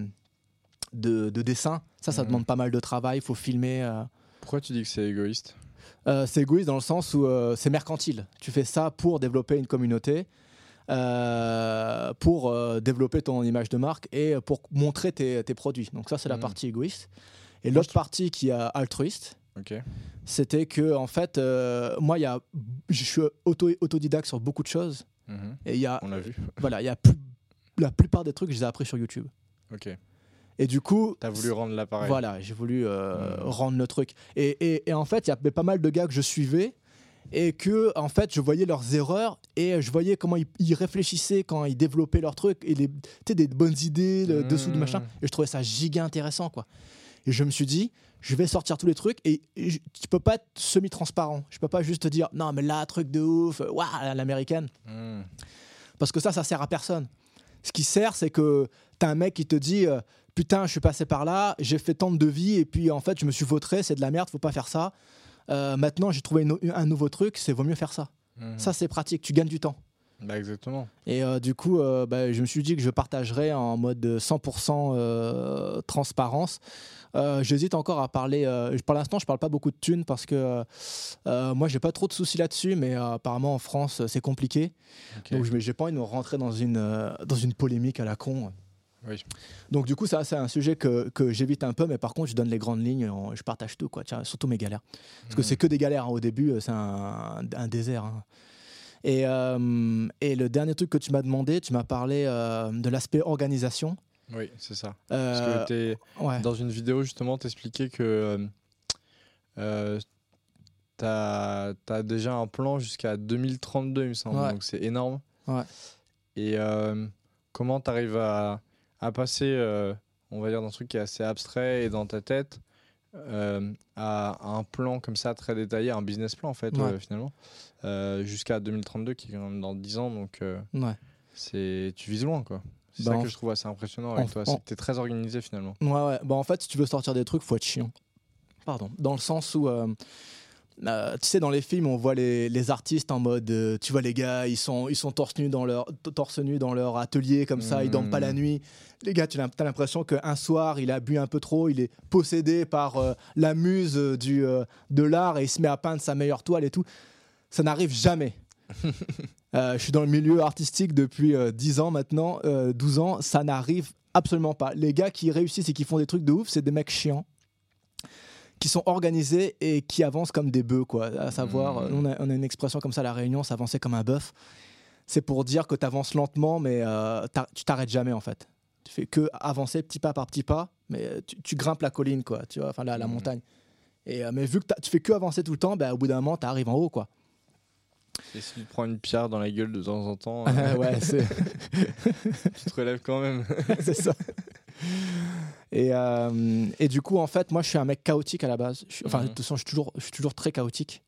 de, de dessin. Ça, ça mmh. demande pas mal de travail, il faut filmer. Euh. Pourquoi tu dis que c'est égoïste ? euh, C'est égoïste dans le sens où euh, c'est mercantile. Tu fais ça pour développer une communauté, euh, pour euh, développer ton image de marque et pour montrer tes, tes produits. Donc ça, c'est la mmh. partie égoïste. Et moi, l'autre je... partie qui est altruiste, okay. c'était que, en fait, euh, moi, y a, je suis auto, autodidacte sur beaucoup de choses. Mmh. Et y a, On l'a vu. Voilà, il y a plus la plupart des trucs, je les ai appris sur YouTube. Ok. Et du coup... T'as voulu rendre l'appareil. Voilà, j'ai voulu euh, mmh. rendre le truc. Et, et, et en fait, il y avait pas mal de gars que je suivais et que, en fait, je voyais leurs erreurs et je voyais comment ils, ils réfléchissaient quand ils développaient leurs trucs et les, des bonnes idées le, mmh. dessous du machin. Et je trouvais ça giga intéressant, quoi. Et je me suis dit, je vais sortir tous les trucs et, et je, tu peux pas être semi-transparent. Je peux pas juste te dire, non, mais là, truc de ouf, waouh, l'américaine. Mmh. Parce que ça, ça sert à personne. Ce qui sert, c'est que t'as un mec qui te dit euh, putain, je suis passé par là, j'ai fait tant de devis et puis en fait, je me suis vautré, c'est de la merde, faut pas faire ça. Euh, maintenant, j'ai trouvé une, un nouveau truc, c'est vaut mieux faire ça. Mmh. Ça, c'est pratique, tu gagnes du temps. Bah exactement. Et euh, du coup, euh, bah, je me suis dit que je partagerais en mode cent pour cent euh, transparence. Euh, j'hésite encore à parler. Euh, pour l'instant, je parle pas beaucoup de thunes parce que euh, moi, j'ai pas trop de soucis là-dessus, mais euh, apparemment en France, c'est compliqué. Okay. Donc, je j'ai pas envie de me rentrer dans une euh, dans une polémique à la con. Oui. Donc, du coup, ça, c'est un sujet que, que j'évite un peu, mais par contre, je donne les grandes lignes, je partage tout, quoi. Tiens, surtout mes galères, parce que mmh. c'est que des galères hein. Au début, c'est un, un désert. Hein. Et, euh, et le dernier truc que tu m'as demandé, tu m'as parlé euh, de l'aspect organisation. Oui, c'est ça. Euh, Parce que t'es, ouais. dans une vidéo, justement, t'expliquais que euh, t'as, t'as déjà un plan jusqu'à deux mille trente-deux, il me semble. Ouais. Donc c'est énorme. Ouais. Et euh, comment t'arrives à, à passer, euh, on va dire, d'un truc qui est assez abstrait et dans ta tête euh, à un plan comme ça, très détaillé, un business plan, en fait, ouais. euh, finalement. Euh, jusqu'à deux mille trente-deux qui est quand même dans dix ans, donc euh, ouais. c'est, tu vises loin, quoi. C'est bah ça en... que je trouve assez impressionnant avec en... toi, c'est que tu es très organisé finalement. Ouais, ouais. Bah, en fait, si tu veux sortir des trucs, faut être chiant. Pardon. Dans le sens où, euh, euh, tu sais, dans les films, on voit les, les artistes en mode, euh, tu vois, les gars, ils sont, ils sont torse nu dans leur, torse nu dans leur atelier, comme ça, mmh. ils dorment pas la nuit. Les gars, tu as, t'as l'impression qu'un soir, il a bu un peu trop, il est possédé par euh, la muse du, euh, de l'art et il se met à peindre sa meilleure toile et tout. Ça n'arrive jamais. euh, je suis dans le milieu artistique depuis euh, dix ans maintenant, euh, douze ans, ça n'arrive absolument pas. Les gars qui réussissent et qui font des trucs de ouf, c'est des mecs chiants, qui sont organisés et qui avancent comme des bœufs, quoi. À savoir, mmh. on, a, on a une expression comme ça à La Réunion, s'avancer comme un bœuf. C'est pour dire que tu avances lentement, mais euh, tu t'arrêtes jamais en fait. Tu fais que avancer petit pas par petit pas, mais tu, tu grimpes la colline, quoi, tu vois, enfin la, la mmh. montagne. Et, euh, mais vu que tu fais que avancer tout le temps, bah, au bout d'un moment, tu arrives en haut, quoi. Et si tu te prends une pierre dans la gueule de temps en temps, euh, ouais, c'est... tu te relèves quand même. C'est ça. Et, euh, et du coup, en fait, moi, je suis un mec chaotique à la base. Je suis, enfin, mmh. de toute façon, je suis toujours, je suis toujours très chaotique.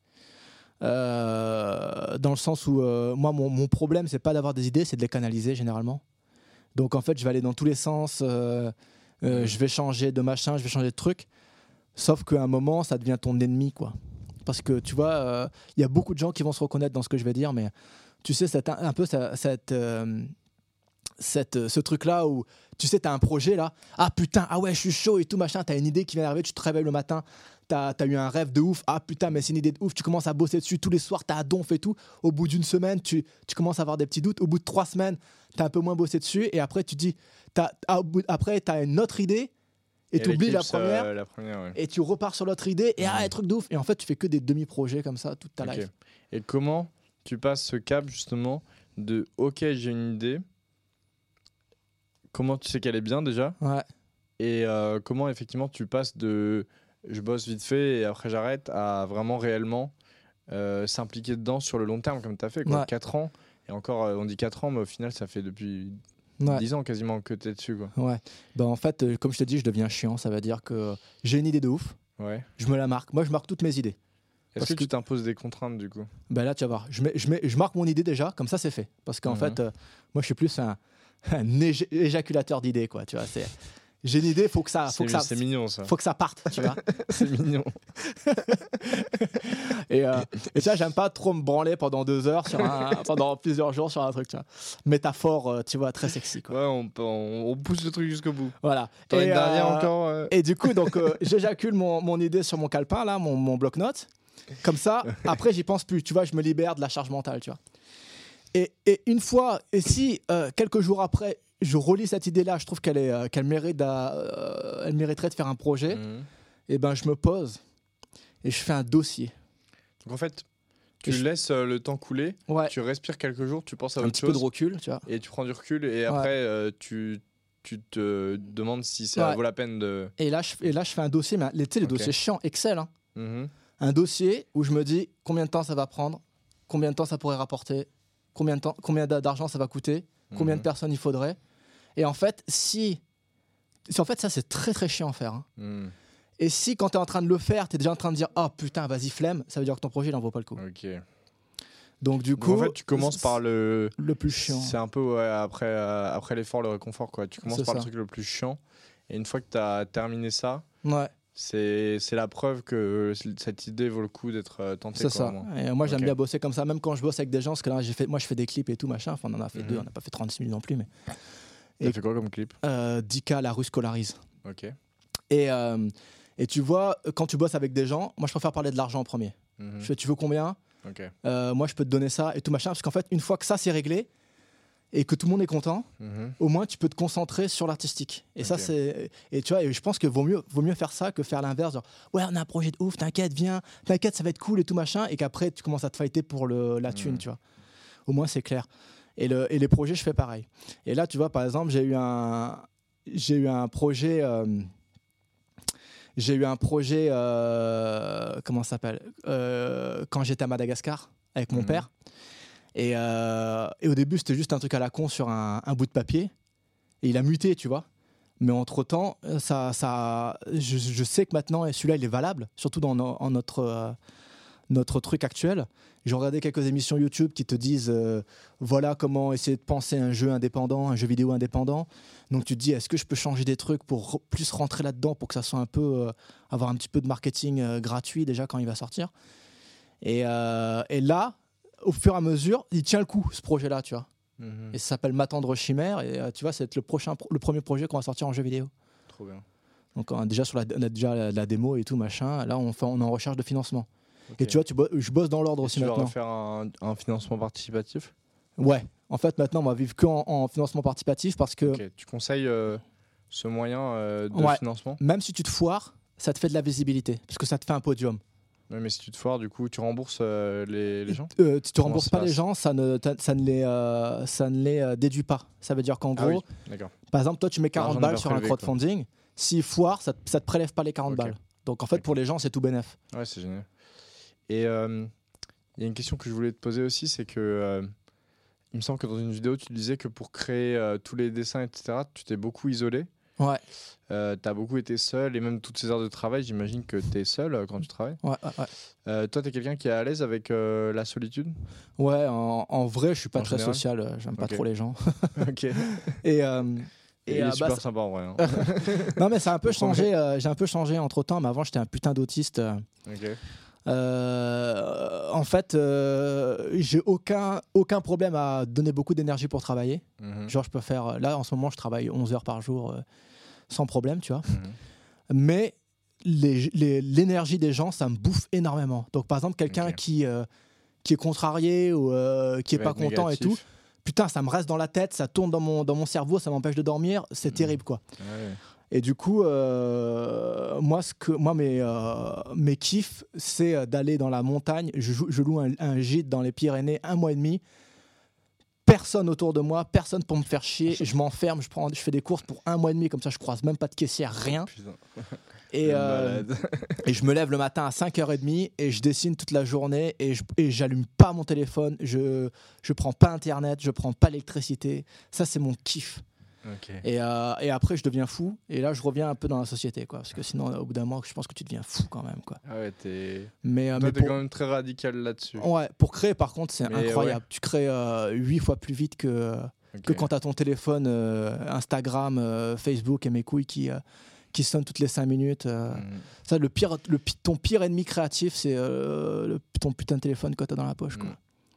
Euh, dans le sens où, euh, moi, mon, mon problème, c'est pas d'avoir des idées, c'est de les canaliser généralement. Donc, en fait, je vais aller dans tous les sens. Euh, euh, mmh. Je vais changer de machin, je vais changer de truc. Sauf qu'à un moment, ça devient ton ennemi, quoi. Parce que tu vois, il euh, y a beaucoup de gens qui vont se reconnaître dans ce que je vais dire, mais tu sais, c'est un, un peu cette, cette, euh, cette, ce truc-là où tu sais, tu as un projet là, ah putain, ah ouais, je suis chaud et tout, machin, tu as une idée qui vient d'arriver, tu te réveilles le matin, tu as eu un rêve de ouf, ah putain, mais c'est une idée de ouf, tu commences à bosser dessus tous les soirs, tu as un donf et tout. Au bout d'une semaine, tu, tu commences à avoir des petits doutes. Au bout de trois semaines, tu as un peu moins bossé dessus et après, tu dis, t'as, ah, après, tu as une autre idée. Et tu oublies la première, euh, la première ouais. et tu repars sur l'autre idée, et mmh. ah, un truc de ouf. Et en fait, tu fais que des demi-projets comme ça toute ta okay. life. Et comment tu passes ce cap justement de ok, j'ai une idée, comment tu sais qu'elle est bien déjà ouais. Et euh, comment effectivement tu passes de je bosse vite fait et après j'arrête à vraiment réellement euh, s'impliquer dedans sur le long terme comme tu as fait, quoi. Ouais. quatre ans, et encore on dit quatre ans, mais au final ça fait depuis. Ouais. dix ans quasiment que t'es dessus, quoi. Ouais. Bah en fait, euh, comme je t'ai dit, je deviens chiant. Ça veut dire que j'ai une idée de ouf. Ouais. Je me la marque. Moi, je marque toutes mes idées. Est-ce que, que tu t'imposes des contraintes du coup ? Bah là, tu vas voir. Je, mets, je, mets, je marque mon idée déjà. Comme ça, c'est fait. Parce qu'en mmh. fait, euh, moi, je suis plus un, un éj- éjaculateur d'idées, quoi. Tu vois, c'est. J'ai une idée, faut que ça, faut c'est, que ça, c'est mignon ça. Faut que ça parte, tu vois. C'est mignon. et, euh, et ça, j'aime pas trop me branler pendant deux heures sur un, pendant plusieurs jours sur un truc, tu vois. Métaphore, euh, tu vois, très sexy, quoi. Ouais, on, on, on pousse le truc jusqu'au bout. Voilà. T'en et une dernière euh, encore. Euh... Et du coup, donc, euh, j'éjacule mon, mon idée sur mon calepin là, mon, mon bloc-notes. Comme ça, après, j'y pense plus. Tu vois, je me libère de la charge mentale, tu vois. Et, et une fois, et si euh, quelques jours après, je relis cette idée-là, je trouve qu'elle, est, euh, qu'elle mérite euh, elle mériterait de faire un projet, mmh. et ben je me pose et je fais un dossier. Donc en fait, tu je... laisses euh, le temps couler, ouais. tu respires quelques jours, tu penses à un autre petit chose. peu de recul, tu vois. Et tu prends du recul, et après, ouais. euh, tu, tu te demandes si ça ouais. vaut la peine de... Et là, je, et là, je fais un dossier, mais tu sais, les okay. dossiers chiants, Excel, hein. Mmh. Un dossier où je me dis combien de temps ça va prendre, combien de temps ça pourrait rapporter, combien, de temps, combien d'argent ça va coûter, combien mmh. de personnes il faudrait. Et en fait, si... En fait, ça, c'est très, très chiant à faire. Hein. Mmh. Et si, quand tu es en train de le faire, tu es déjà en train de dire « Oh putain, vas-y, flemme », ça veut dire que ton projet, il n'en vaut pas le coup. Ok. Donc, du coup... Donc, en fait, tu commences par le... Le plus chiant. C'est un peu, ouais, après, euh, après l'effort, le réconfort, quoi. Tu commences c'est par ça. le truc le plus chiant. Et une fois que tu as terminé ça, ouais. c'est, c'est la preuve que cette idée vaut le coup d'être euh, tentée. C'est ça. Et moi, j'aime Ok. bien bosser comme ça, même quand je bosse avec des gens, parce que là, j'ai fait, moi, je fais des clips et tout, machin. Enfin, on en a fait Mhm. deux, on n'a pas fait trente-six mille non plus, mais. T'as Et- fait quoi comme clip? Euh, dix K, la rue scolarise. Ok. Et, euh, et tu vois, quand tu bosses avec des gens, moi, je préfère parler de l'argent en premier. Mhm. Je fais, tu veux combien? Ok. Euh, Moi, je peux te donner ça et tout, machin. Parce qu'en fait, une fois que ça, c'est réglé et que tout le monde est content, Mhm. au moins, tu peux te concentrer sur l'artistique. Et ça, Ok. c'est. Et tu vois, et je pense que vaut mieux, vaut mieux faire ça que faire l'inverse. Genre, ouais, on a un projet de ouf, t'inquiète, viens, t'inquiète, ça va être cool et tout, machin. Et qu'après, tu commences à te fighter pour le, la thune, Mhm. tu vois. Au moins, c'est clair. Et, le, et les projets, je fais pareil. Et là, tu vois, par exemple, j'ai eu un, j'ai eu un projet. euh, j'ai eu un projet. euh, comment ça s'appelle Euh, Quand j'étais à Madagascar avec mon Mhm. père. Et, euh, et au début, c'était juste un truc à la con sur un, un bout de papier. Et il a muté, tu vois. Mais entre-temps, ça, ça, je, je sais que maintenant, et celui-là, il est valable, surtout dans no- en notre, euh, notre truc actuel. J'ai regardé quelques émissions YouTube qui te disent euh, voilà comment essayer de penser un jeu indépendant, un jeu vidéo indépendant. Donc tu te dis, est-ce que je peux changer des trucs pour re- plus rentrer là-dedans, pour que ça soit un peu, euh, avoir un petit peu de marketing euh, gratuit déjà quand il va sortir. Et, euh, et là, au fur et à mesure, il tient le coup, ce projet-là, tu vois. Mhm. Et ça s'appelle M'attendre Chimère. Et euh, tu vois, c'est le, prochain, pro- le premier projet qu'on va sortir en jeu vidéo. Trop bien. Donc on a déjà, sur la, on a déjà la, la démo et tout, machin. Là, on, fait, on est en recherche de financement. Ok. Et tu vois, tu bo- je bosse dans l'ordre Et aussi tu vas maintenant. refaire un, un financement participatif? Ouais. En fait, maintenant, on va vivre qu'en en financement participatif parce que Ok. Tu conseilles euh, ce moyen euh, de Ouais. financement? même si tu te foires, ça te fait de la visibilité. Parce que ça te fait un podium. Ouais, mais si tu te foires, du coup, tu rembourses euh, les, les gens? Euh, tu te Comment rembourses ça pas se les passe gens, ça ne, ta- ça ne les, euh, ça ne les euh, déduit pas. Ça veut dire qu'en Ah gros, oui, d'accord. par exemple, toi, tu mets quarante L'argent n'est balles pas sur un prélevé, quoi. crowdfunding. S'il foire, ça, te- ça te prélève pas les quarante Ok. balles. Donc en fait, Ok. pour les gens, c'est tout bénef. Ouais, c'est génial. Et euh, il y a une question que je voulais te poser aussi, c'est que euh, il me semble que dans une vidéo, tu disais que pour créer euh, tous les dessins, et cetera, tu t'es beaucoup isolé. Ouais, Euh, tu as beaucoup été seul, et même toutes ces heures de travail, j'imagine que tu es seul euh, quand tu travailles. ouais, ouais. ouais. Euh, toi, tu es quelqu'un qui est à l'aise avec euh, la solitude? Ouais, en, en vrai, je suis pas En très général social. euh, J'aime pas Ok. trop les gens. Ok. Et, Et, euh, et, il euh, est bah, super ça- sympa en vrai. hein. non, mais ça a un peu Je promets. changé. euh, J'ai un peu changé entre temps. Mais avant, j'étais un putain d'autiste. euh. Ok. Euh, en fait, euh, j'ai aucun, aucun problème à donner beaucoup d'énergie pour travailler. Mhm. Genre, je peux faire. Là, en ce moment, je travaille onze heures par jour euh, sans problème, tu vois. Mhm. Mais les- les- l'énergie des gens, ça me bouffe énormément. Donc, par exemple, quelqu'un Ok. qui, euh, qui est contrarié ou euh, qui est va pas être content et négatif. tout, putain, ça me reste dans la tête, ça tourne dans mon, dans mon cerveau, ça m'empêche de dormir. C'est Mhm. terrible, quoi. Ouais. Et du coup, euh, moi, ce que, moi mes, euh, mes kiffs, c'est euh, d'aller dans la montagne. Je, joue- je loue un, un gîte dans les Pyrénées, un mois et demi. Personne autour de moi, personne pour me faire chier. Je m'enferme, je, prends, je fais des courses pour un mois et demi, comme ça je croise même pas de caissière, rien. Putain, Et, le euh, malade. et je me lève le matin à cinq heures trente et je dessine toute la journée et je et j'allume pas mon téléphone, je, je prends pas internet, je prends pas l'électricité. Ça, c'est mon kiff. Ok. Et, euh, et après, je deviens fou. Et là, je reviens un peu dans la société, quoi. Parce que sinon, au bout d'un moment, je pense que tu deviens fou quand même, quoi. Ah ouais, t'es Mais, euh, Toi, mais t'es pour... quand même très radical là-dessus. Ouais, pour créer, par contre, c'est Mais incroyable. Tu crées euh, huit fois plus vite que, Ok. que quand tu as ton téléphone, euh, Instagram, euh, Facebook et mes couilles qui, euh, qui sonnent toutes les cinq minutes. euh. Mhm. Ça, le pire, le, pi- ton pire ennemi créatif, c'est euh, le- ton putain de téléphone que tu as dans la poche, quoi. Mhm.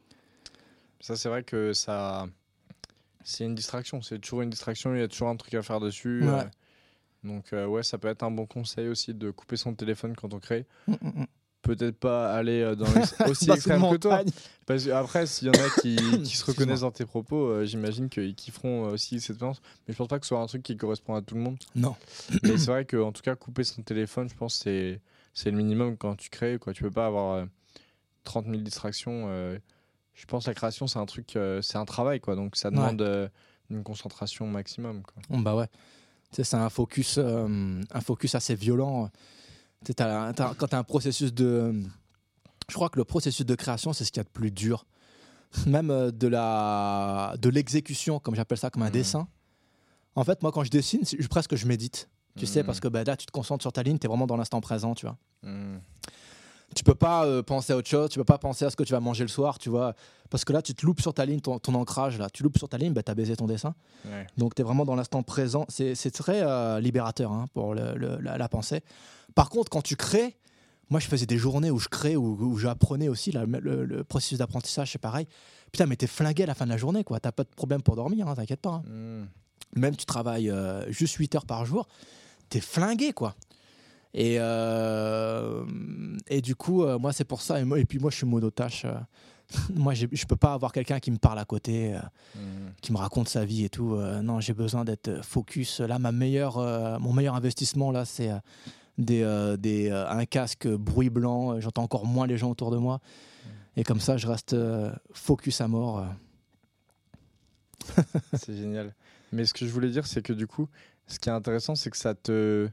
Ça, c'est vrai que ça. C'est une distraction. C'est toujours une distraction. Il y a toujours un truc à faire dessus. Ouais. euh. Donc, euh, ouais, ça peut être un bon conseil aussi de couper son téléphone quand on crée. Mm, mm, mm. Peut-être pas aller euh, dans les... aussi Dans une extrême que toi. montagne. Parce que après, s'il y en a qui, qui se reconnaissent dans tes propos, euh, j'imagine qu'ils kifferont euh, aussi cette expérience. Mais je pense pas que ce soit un truc qui correspond à tout le monde. Non. Mais c'est vrai qu'en tout cas, couper son téléphone, je pense que c'est, c'est le minimum quand tu crées. Quoi. Tu peux pas avoir euh, trente mille distractions. euh. Je pense que la création, c'est un truc, euh, c'est un travail. Quoi. Donc ça demande euh, une concentration maximum. Quoi. Bon, bah ouais. Tu sais, c'est un focus, euh, un focus assez violent. Tu sais, t'as- t'as- quand tu as un processus de. Je crois que le processus de création, c'est ce qu'il y a de plus dur. Même euh, de, la, de l'exécution, comme j'appelle ça, comme un Mhm. dessin. En fait, moi, quand je dessine, c'est- je- presque je médite. Tu sais, Mhm. parce que bah, là, tu te concentres sur ta ligne, tu es vraiment dans l'instant présent, tu vois. Mhm. tu peux pas euh, penser à autre chose, tu peux pas penser à ce que tu vas manger le soir, tu vois, parce que là tu te loupes sur ta ligne, ton, ton ancrage là, tu loupes sur ta ligne, bah, tu as baisé ton dessin. Ouais. Donc tu es vraiment dans l'instant présent, c'est, c'est très euh, libérateur hein, pour le, le, la, la pensée. Par contre, quand tu crées, moi je faisais des journées où je crée, où, où j'apprenais aussi, là, le, le processus d'apprentissage c'est pareil. Putain, mais t'es flingué à la fin de la journée, quoi. T'as pas de problème pour dormir, hein, t'inquiète pas. Hein. Mmh. Même tu travailles euh, juste huit heures par jour, t'es flingué, quoi. Et, euh, et du coup, euh, moi, c'est pour ça. Et, moi, et puis, moi, je suis monotache. Euh, moi, j'ai, je peux pas avoir quelqu'un qui me parle à côté, euh, Mmh. qui me raconte sa vie et tout. Euh, non, j'ai besoin d'être focus. Là, ma meilleure, euh, mon meilleur investissement, là, c'est euh, des, euh, des, euh, un casque bruit blanc. J'entends encore moins les gens autour de moi. Mmh. Et comme ça, je reste euh, focus à mort. Euh. C'est génial. Mais ce que je voulais dire, c'est que du coup, ce qui est intéressant, c'est que ça te...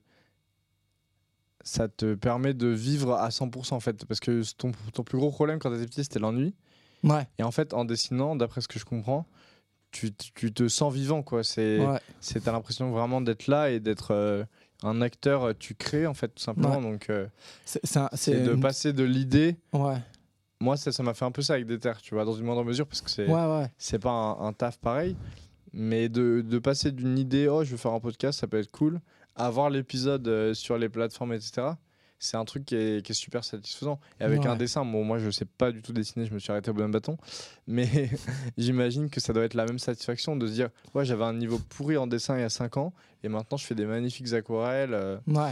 ça te permet de vivre à cent pour cent en fait. Parce que ton, ton plus gros problème quand tu étais petit, c'était l'ennui. Ouais. Et en fait, en dessinant, d'après ce que je comprends, tu, tu te sens vivant, quoi. C'est, Ouais. c'est, t'as l'impression vraiment d'être là et d'être euh, un acteur. Tu crées, en fait, tout simplement. Ouais. Donc, euh, C'est, c'est, un, c'est c'est de une... passer de l'idée. Ouais. Moi, ça, ça m'a fait un peu ça avec Déter, tu vois, dans une moindre mesure, parce que c'est, Ouais, ouais. c'est pas un, un taf pareil. Mais de, de passer d'une idée, oh, je veux faire un podcast, ça peut être cool, à voir l'épisode euh, sur les plateformes, et cetera. C'est un truc qui est, qui est super satisfaisant. Et avec Ouais. un dessin, bon, moi je sais pas du tout dessiner, je me suis arrêté au bon bâton, mais j'imagine que ça doit être la même satisfaction de se dire, ouais, j'avais un niveau pourri en dessin il y a cinq ans, et maintenant je fais des magnifiques aquarelles euh, Ouais.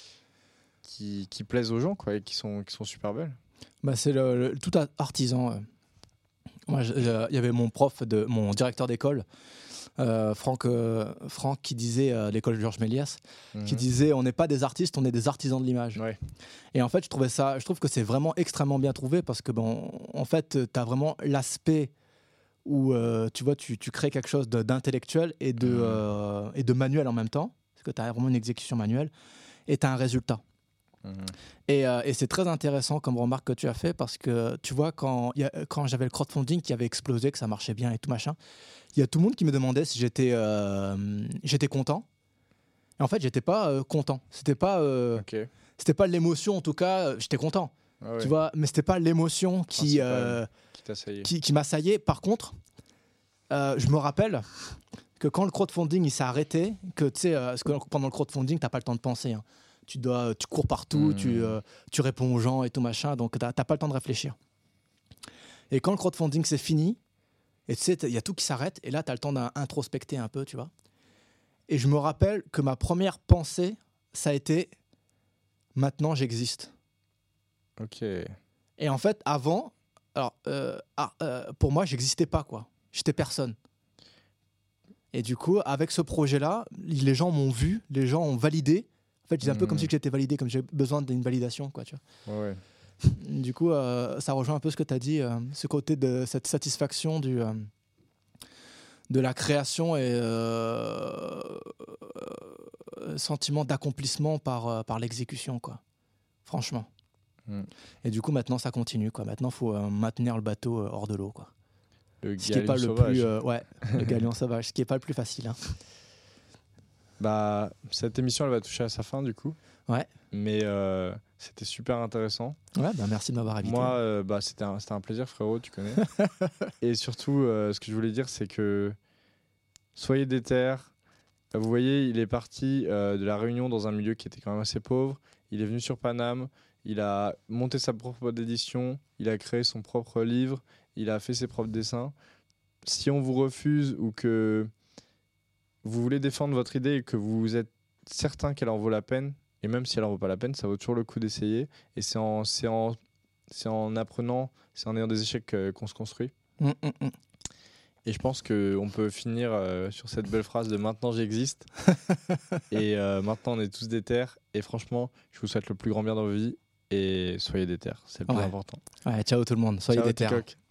qui, qui plaisent aux gens, quoi, et qui sont, qui sont super belles. Bah, c'est le, le- tout artisan. euh. Moi, je- je- il y avait mon prof, de, mon directeur d'école, euh, Franck, euh, Franck, qui disait, euh, l'école Georges Méliès, qui Mhm. disait on n'est pas des artistes, on est des artisans de l'image. Ouais. Et en fait, je trouvais ça, je trouve que c'est vraiment extrêmement bien trouvé parce que bon, en fait, tu as vraiment l'aspect où euh, tu vois, tu, tu crées quelque chose de- d'intellectuel et de, Mhm. euh, et de manuel en même temps, parce que tu as vraiment une exécution manuelle et tu as un résultat. Mhm. Et, euh, et c'est très intéressant comme remarque que tu as fait parce que tu vois, quand, y a, quand j'avais le crowdfunding qui avait explosé, que ça marchait bien et tout machin, il y a tout le monde qui me demandait si j'étais, euh, j'étais content. Et en fait, j'étais pas euh, content. C'était pas, euh, Ok. c'était pas l'émotion, en tout cas, euh, j'étais content. Ah ouais. Tu vois, mais c'était pas l'émotion qui, Principal. euh, Qui t'assaillait. qui, qui m'assaillait. Par contre, euh, je me rappelle que quand le crowdfunding il s'est arrêté, que tu sais, euh, parce que pendant le crowdfunding, t'as pas le temps de penser. Hein. Tu dois, tu cours partout, Mmh. tu, euh, tu réponds aux gens et tout machin, donc t'as t'as pas le temps de réfléchir. Et quand le crowdfunding c'est fini, et tu sais, il y a tout qui s'arrête, et là t'as le temps d'introspecter un peu, tu vois. Et je me rappelle que ma première pensée, ça a été maintenant j'existe. Ok. Et en fait, avant, alors, euh, ah, euh, pour moi, j'existais pas, quoi. J'étais personne. Et du coup, avec ce projet-là, les gens m'ont vu, les gens ont validé. En fait, c'est un peu Mhm. comme si j'étais validé, comme j'ai besoin d'une validation, quoi, tu vois. Ouais, ouais. Du coup, euh, ça rejoint un peu ce que tu as dit, euh, ce côté de cette satisfaction du, euh, de la création et euh, euh, sentiment d'accomplissement par, euh, par l'exécution, quoi. Franchement. Mm. Et du coup, maintenant, ça continue, quoi. Maintenant, il faut euh, maintenir le bateau euh, hors de l'eau, quoi. Le Ce qui n'est pas galion le sauvage. plus, euh, ouais, le galion sauvage, ce qui est pas le plus facile. Hein. Bah, cette émission, elle va toucher à sa fin, du coup. Ouais. Mais euh, c'était super intéressant. Ouais, bah merci de m'avoir invité. Moi, euh, bah, c'était un, c'était un plaisir, frérot, tu connais. Et surtout, euh, ce que je voulais dire, c'est que soyez déter. Vous voyez, il est parti euh, de la Réunion dans un milieu qui était quand même assez pauvre. Il est venu sur Paname. Il a monté sa propre boîte d'édition. Il a créé son propre livre. Il a fait ses propres dessins. Si on vous refuse ou que vous voulez défendre votre idée et que vous êtes certain qu'elle en vaut la peine, et même si elle en vaut pas la peine, ça vaut toujours le coup d'essayer. Et c'est en, c'est en, c'est en apprenant, c'est en ayant des échecs euh, qu'on se construit. Mm, mm, mm. Et je pense qu'on peut finir euh, sur cette belle phrase de maintenant j'existe. Et euh, maintenant on est tous déter. Et franchement, je vous souhaite le plus grand bien dans vos vies. Et soyez déter, c'est le plus Ouais. important. Ouais, ciao tout le monde, soyez Ciao, déter. Ticoc.